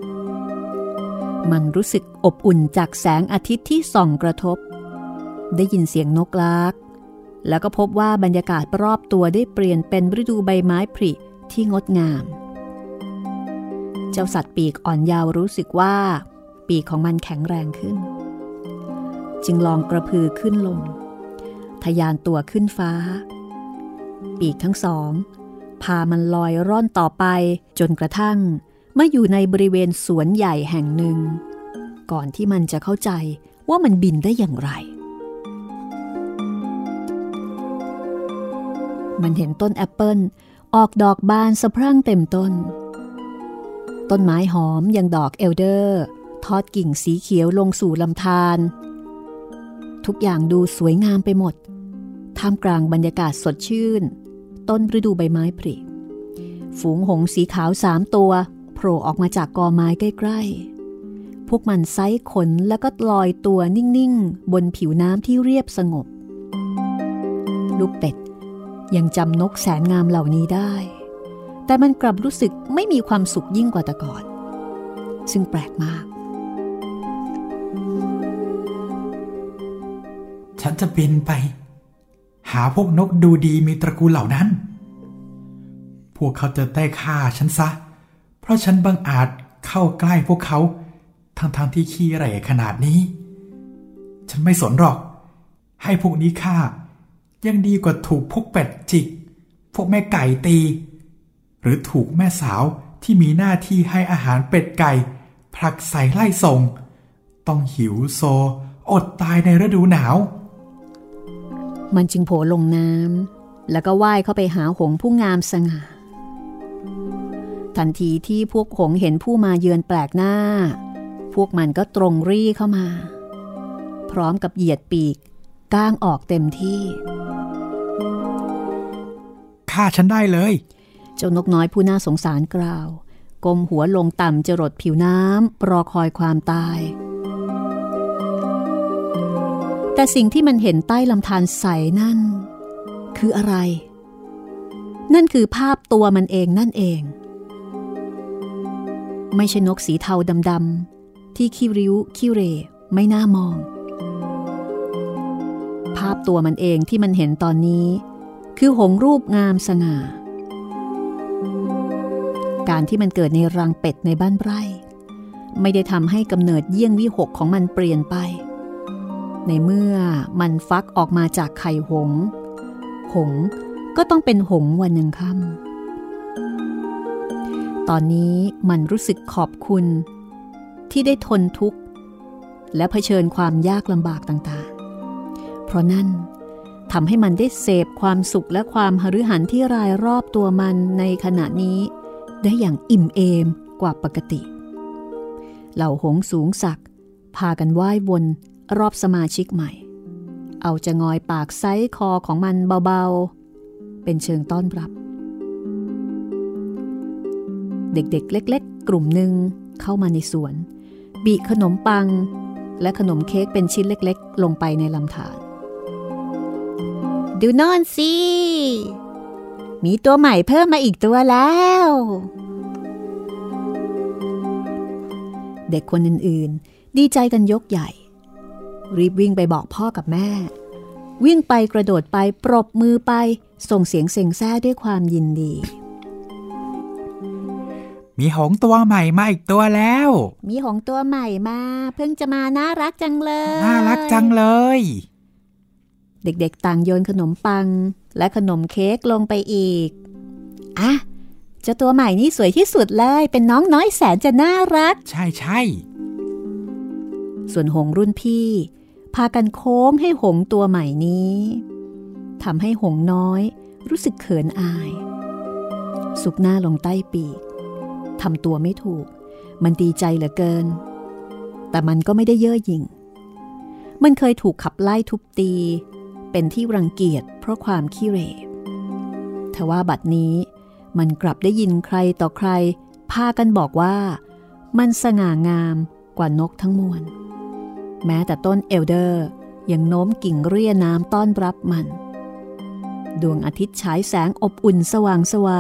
มันรู้สึกอบอุ่นจากแสงอาทิตย์ที่ส่องกระทบได้ยินเสียงนกล้ากแล้วก็พบว่าบรรยากาศรอบตัวได้เปลี่ยนเป็นฤดูใบไม้ผลิที่งดงามเจ้าสัตว์ปีกอ่อนยาวรู้สึกว่าปีกของมันแข็งแรงขึ้นจึงลองกระพือขึ้นลงทะยานตัวขึ้นฟ้าปีกทั้งสองพามันลอยร่อนต่อไปจนกระทั่งมาอยู่ในบริเวณสวนใหญ่แห่งหนึ่งก่อนที่มันจะเข้าใจว่ามันบินได้อย่างไรมันเห็นต้นแอปเปิลออกดอกบานสะพรั่งเต็มต้นต้นไม้หอมยังดอกเอลเดอร์ทอดกิ่งสีเขียวลงสู่ลำธารทุกอย่างดูสวยงามไปหมดท่ามกลางบรรยากาศสดชื่นต้นฤดูใบไม้ผลิฝูงหงส์สีขาว3 ตัวโผล่ออกมาจากกอไม้ใกล้ๆพวกมันไซส์ขนแล้วก็ลอยตัวนิ่งๆบนผิวน้ำที่เรียบสงบลูกเป็ดยังจำนกแสนงามเหล่านี้ได้แต่มันกลับรู้สึกไม่มีความสุขยิ่งกว่าแต่ก่อนซึ่งแปลกมากฉันจะบินไปหาพวกนกดูดีมีตระกูลเหล่านั้นพวกเขาจะได้ฆ่าฉันซะเพราะฉันบังอาจเข้าใกล้พวกเขาทั้งที่ขี้เหร่ขนาดนี้ฉันไม่สนหรอกให้พวกนี้ฆ่ายังดีกว่าถูกพวกเป็ดจิกพวกแม่ไก่ตีหรือถูกแม่สาวที่มีหน้าที่ให้อาหารเป็ดไก่ผลักใส่ไล่ส่งต้องหิวโซอดตายในฤดูหนาวมันจึงโผล่ลงน้ำแล้วก็ว่ายเข้าไปหาหงส์ผู้งามสง่าทันทีที่พวกหงส์เห็นผู้มาเยือนแปลกหน้าพวกมันก็ตรงรี่เข้ามาพร้อมกับเหยียดปีกก้างออกเต็มที่ฆ่าฉันได้เลยเจ้านกน้อยผู้น่าสงสารกล่าวก้มหัวลงต่ำจรดผิวน้ำรอคอยความตายแต่สิ่งที่มันเห็นใต้ลำธารใสนั่นคืออะไรนั่นคือภาพตัวมันเองนั่นเองไม่ใช่นกสีเทาดำๆที่ขี้ริ้วขี้เหร่ไม่น่ามองภาพตัวมันเองที่มันเห็นตอนนี้คือหงส์รูปงามสง่าการที่มันเกิดในรังเป็ดในบ้านไร่ไม่ได้ทำให้กำเนิดเยี่ยงวิหกของมันเปลี่ยนไปในเมื่อมันฟักออกมาจากไข่หงส์หงส์ก็ต้องเป็นหงส์วันยังค่ำตอนนี้มันรู้สึกขอบคุณที่ได้ทนทุกข์และเผชิญความยากลำบากต่างๆเพราะนั่นทำให้มันได้เสพความสุขและความหฤหันที่รายรอบตัวมันในขณะนี้ได้อย่างอิ่มเอมกว่าปกติเหล่าหงส์สูงศักดิ์พากันว่ายวนรอบสมาชิกใหม่เอาจะงอยปากไซส์คอของมันเบาๆเป็นเชิงต้อนรับเด็กๆเล็กๆกลุ่มหนึ่งเข้ามาในสวนบีขนมปังและขนมเค้กเป็นชิ้นเล็กๆลงไปในลำธารดูโน่นสิมีตัวใหม่เพิ่มมาอีกตัวแล้วเด็กคนอื่นๆดีใจกันยกใหญ่รีบวิ่งไปบอกพ่อกับแม่วิ่งไปกระโดดไปปรบมือไปส่งเสียงเซ็งแซ่ด้วยความยินดีมีหงส์ตัวใหม่มาอีกตัวแล้วมีหงส์ตัวใหม่มาเพิ่งจะมาน่ารักจังเลยน่ารักจังเลยเด็กๆต่างโยนขนมปังและขนมเค้กลงไปอีกอ่ะเจ้าตัวใหม่นี่สวยที่สุดเลยเป็นน้องน้อยแสนจะน่ารักใช่ส่วนหงส์รุ่นพี่พากันโค้งให้หงส์ตัวใหม่นี้ทำให้หงส์น้อยรู้สึกเขินอายซุกหน้าลงใต้ปีกทำตัวไม่ถูกมันดีใจเหลือเกินแต่มันก็ไม่ได้เย่อหยิ่งมันเคยถูกขับไล่ทุบตีเป็นที่รังเกียจเพราะความขี้เหร่ทว่าบัดนี้มันกลับได้ยินใครต่อใครพากันบอกว่ามันสง่างามกว่านกทั้งมวลแม้แต่ต้นเอลเดอร์ยังโน้มกิ่งเรี่ยน้ำต้อนรับมันดวงอาทิตย์ฉายแสงอบอุ่นสว่างไสว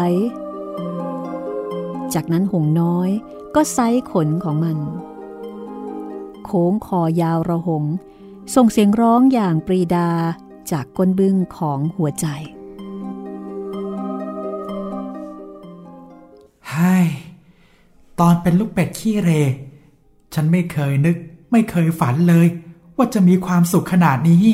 จากนั้นหงส์น้อยก็ไซขนของมันโค้งคอยาวระหงส่งเสียงร้องอย่างปรีดาจากก้นบึ้งของหัวใจไฮ้ตอนเป็นลูกเป็ดขี้เหร่ฉันไม่เคยนึกไม่เคยฝันเลยว่าจะมีความสุขขนาดนี้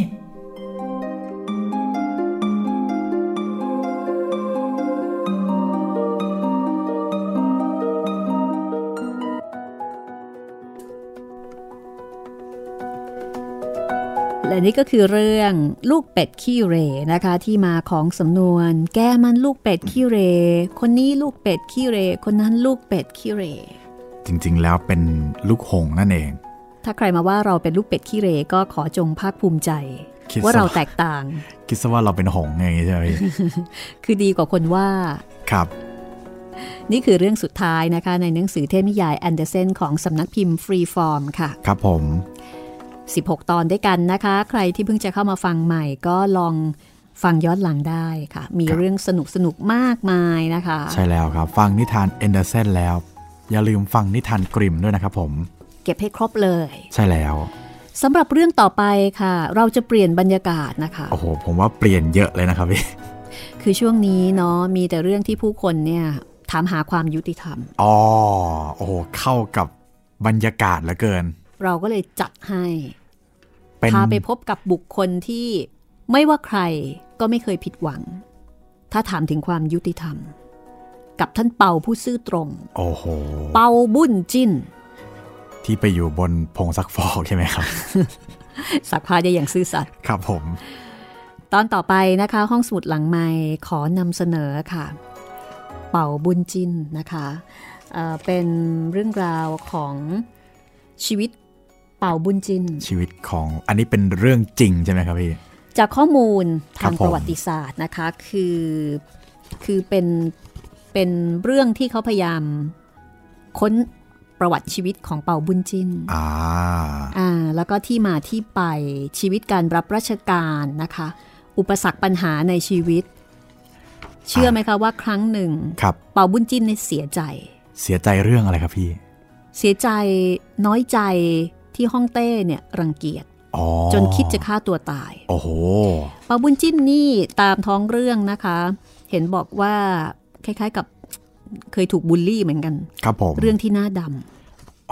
และนี่ก็คือเรื่องลูกเป็ดขี้เหร่นะคะที่มาของสำนวนแกมันลูกเป็ดขี้เหร่คนนี้ลูกเป็ดขี้เหร่คนนั้นลูกเป็ดขี้เหร่จริงๆแล้วเป็นลูกหงส์นั่นเองถ้าใครมาว่าเราเป็นลูกเป็ดขี้เหร่ก็ขอจงภาคภูมิใจว่าเราแตกต่างคิดซะว่าเราเป็นหงส์ไงใช่ไหมคือดีกว่าคนว่าครับนี่คือเรื่องสุดท้ายนะคะในหนังสือเทพนิยายแอนเดอร์เซนของสำนักพิมพ์ฟรีฟอร์มค่ะครับผม 16 ตอนด้วยกันนะคะใครที่เพิ่งจะเข้ามาฟังใหม่ก็ลองฟังย้อนหลังได้ค่ะมีเรื่องสนุกมากมายนะคะใช่แล้วครับฟังนิทานแอนเดอร์เซนแล้วอย่าลืมฟังนิทานกริมด้วยนะครับผมเก็บให้ครบเลยใช่แล้วสำหรับเรื่องต่อไปค่ะเราจะเปลี่ยนบรรยากาศนะคะโอ้โหผมว่าเปลี่ยนเยอะเลยนะครับพี่คือช่วงนี้เนาะมีแต่เรื่องที่ผู้คนเนี่ยถามหาความยุติธรรมอ๋อโอ้โหเข้ากับบรรยากาศเหลือเกินเราก็เลยจัดให้พาไปพบกับบุคคลที่ไม่ว่าใครก็ไม่เคยผิดหวังถ้าถามถึงความยุติธรรมกับท่านเปาผู้ซื่อตรงโอ้โหเปาบุญจิ้นที่ไปอยู่บนพงซักฟอกใช่ไหมครับซักผ้าได้อย่างซื่อสัตย์ครับผมตอนต่อไปนะคะห้องสมุดหลังไมค์ขอนำเสนอค่ะเปาบุญจิ้นนะคะเป็นเรื่องราวของชีวิตเป่าบุญจินชีวิตของอันนี้เป็นเรื่องจริงใช่ไหมครับพี่จากข้อมูลทางประวัติศาสตร์นะคะคือเป็นเรื่องที่เขาพยายามค้นประวัติชีวิตของเป่าบุญจินแล้วก็ที่มาที่ไปชีวิตการรับราชการนะคะอุปสรรคปัญหาในชีวิตเชื่อไหมคะว่าครั้งหนึ่งเป่าบุญจินเนี่ยเสียใจเรื่องอะไรครับพี่เสียใจน้อยใจที่ฮ่องเต้เนี่ยรังเกียจจนคิดจะฆ่าตัวตายโอ้โหเปาบุญจิ้นนี่ตามท้องเรื่องนะคะเห็นบอกว่าคล้ายๆกับเคยถูกบูลลี่เหมือนกันครับผมเรื่องที่หน้าดำ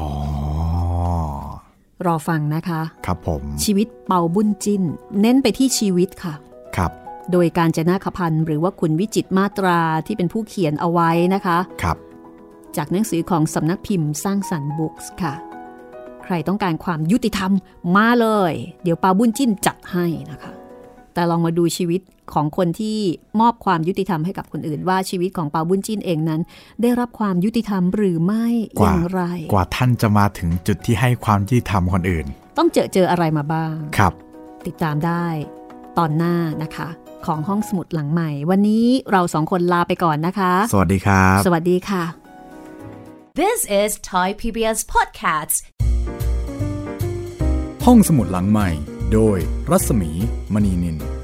รอฟังนะคะครับผมชีวิตเปาบุญจิ้นเน้นไปที่ชีวิตค่ะครับโดยการจนาคพันธ์หรือว่าคุณวิจิตรมาตราที่เป็นผู้เขียนเอาไว้นะคะครับจากหนังสือของสำนักพิมพ์สร้างสรรค์บุ๊กส์ค่ะใครต้องการความยุติธรรมมาเลยเดี๋ยวเปาบุญจิ้นจัดให้นะคะแต่ลองมาดูชีวิตของคนที่มอบความยุติธรรมให้กับคนอื่นว่าชีวิตของเปาบุญจิ้นเองนั้นได้รับความยุติธรรมหรือไม่อย่างไรกว่าท่านจะมาถึงจุดที่ให้ความยุติธรรมคนอื่นต้องเจออะไรมาบ้างครับติดตามได้ตอนหน้านะคะของห้องสมุดหลังใหม่วันนี้เราสองคนลาไปก่อนนะคะสวัสดีครับสวัสดีค่ะ This is Thai PBS Podcast ห้องสมุดหลังใหม่โดยรัศมีมณีนิน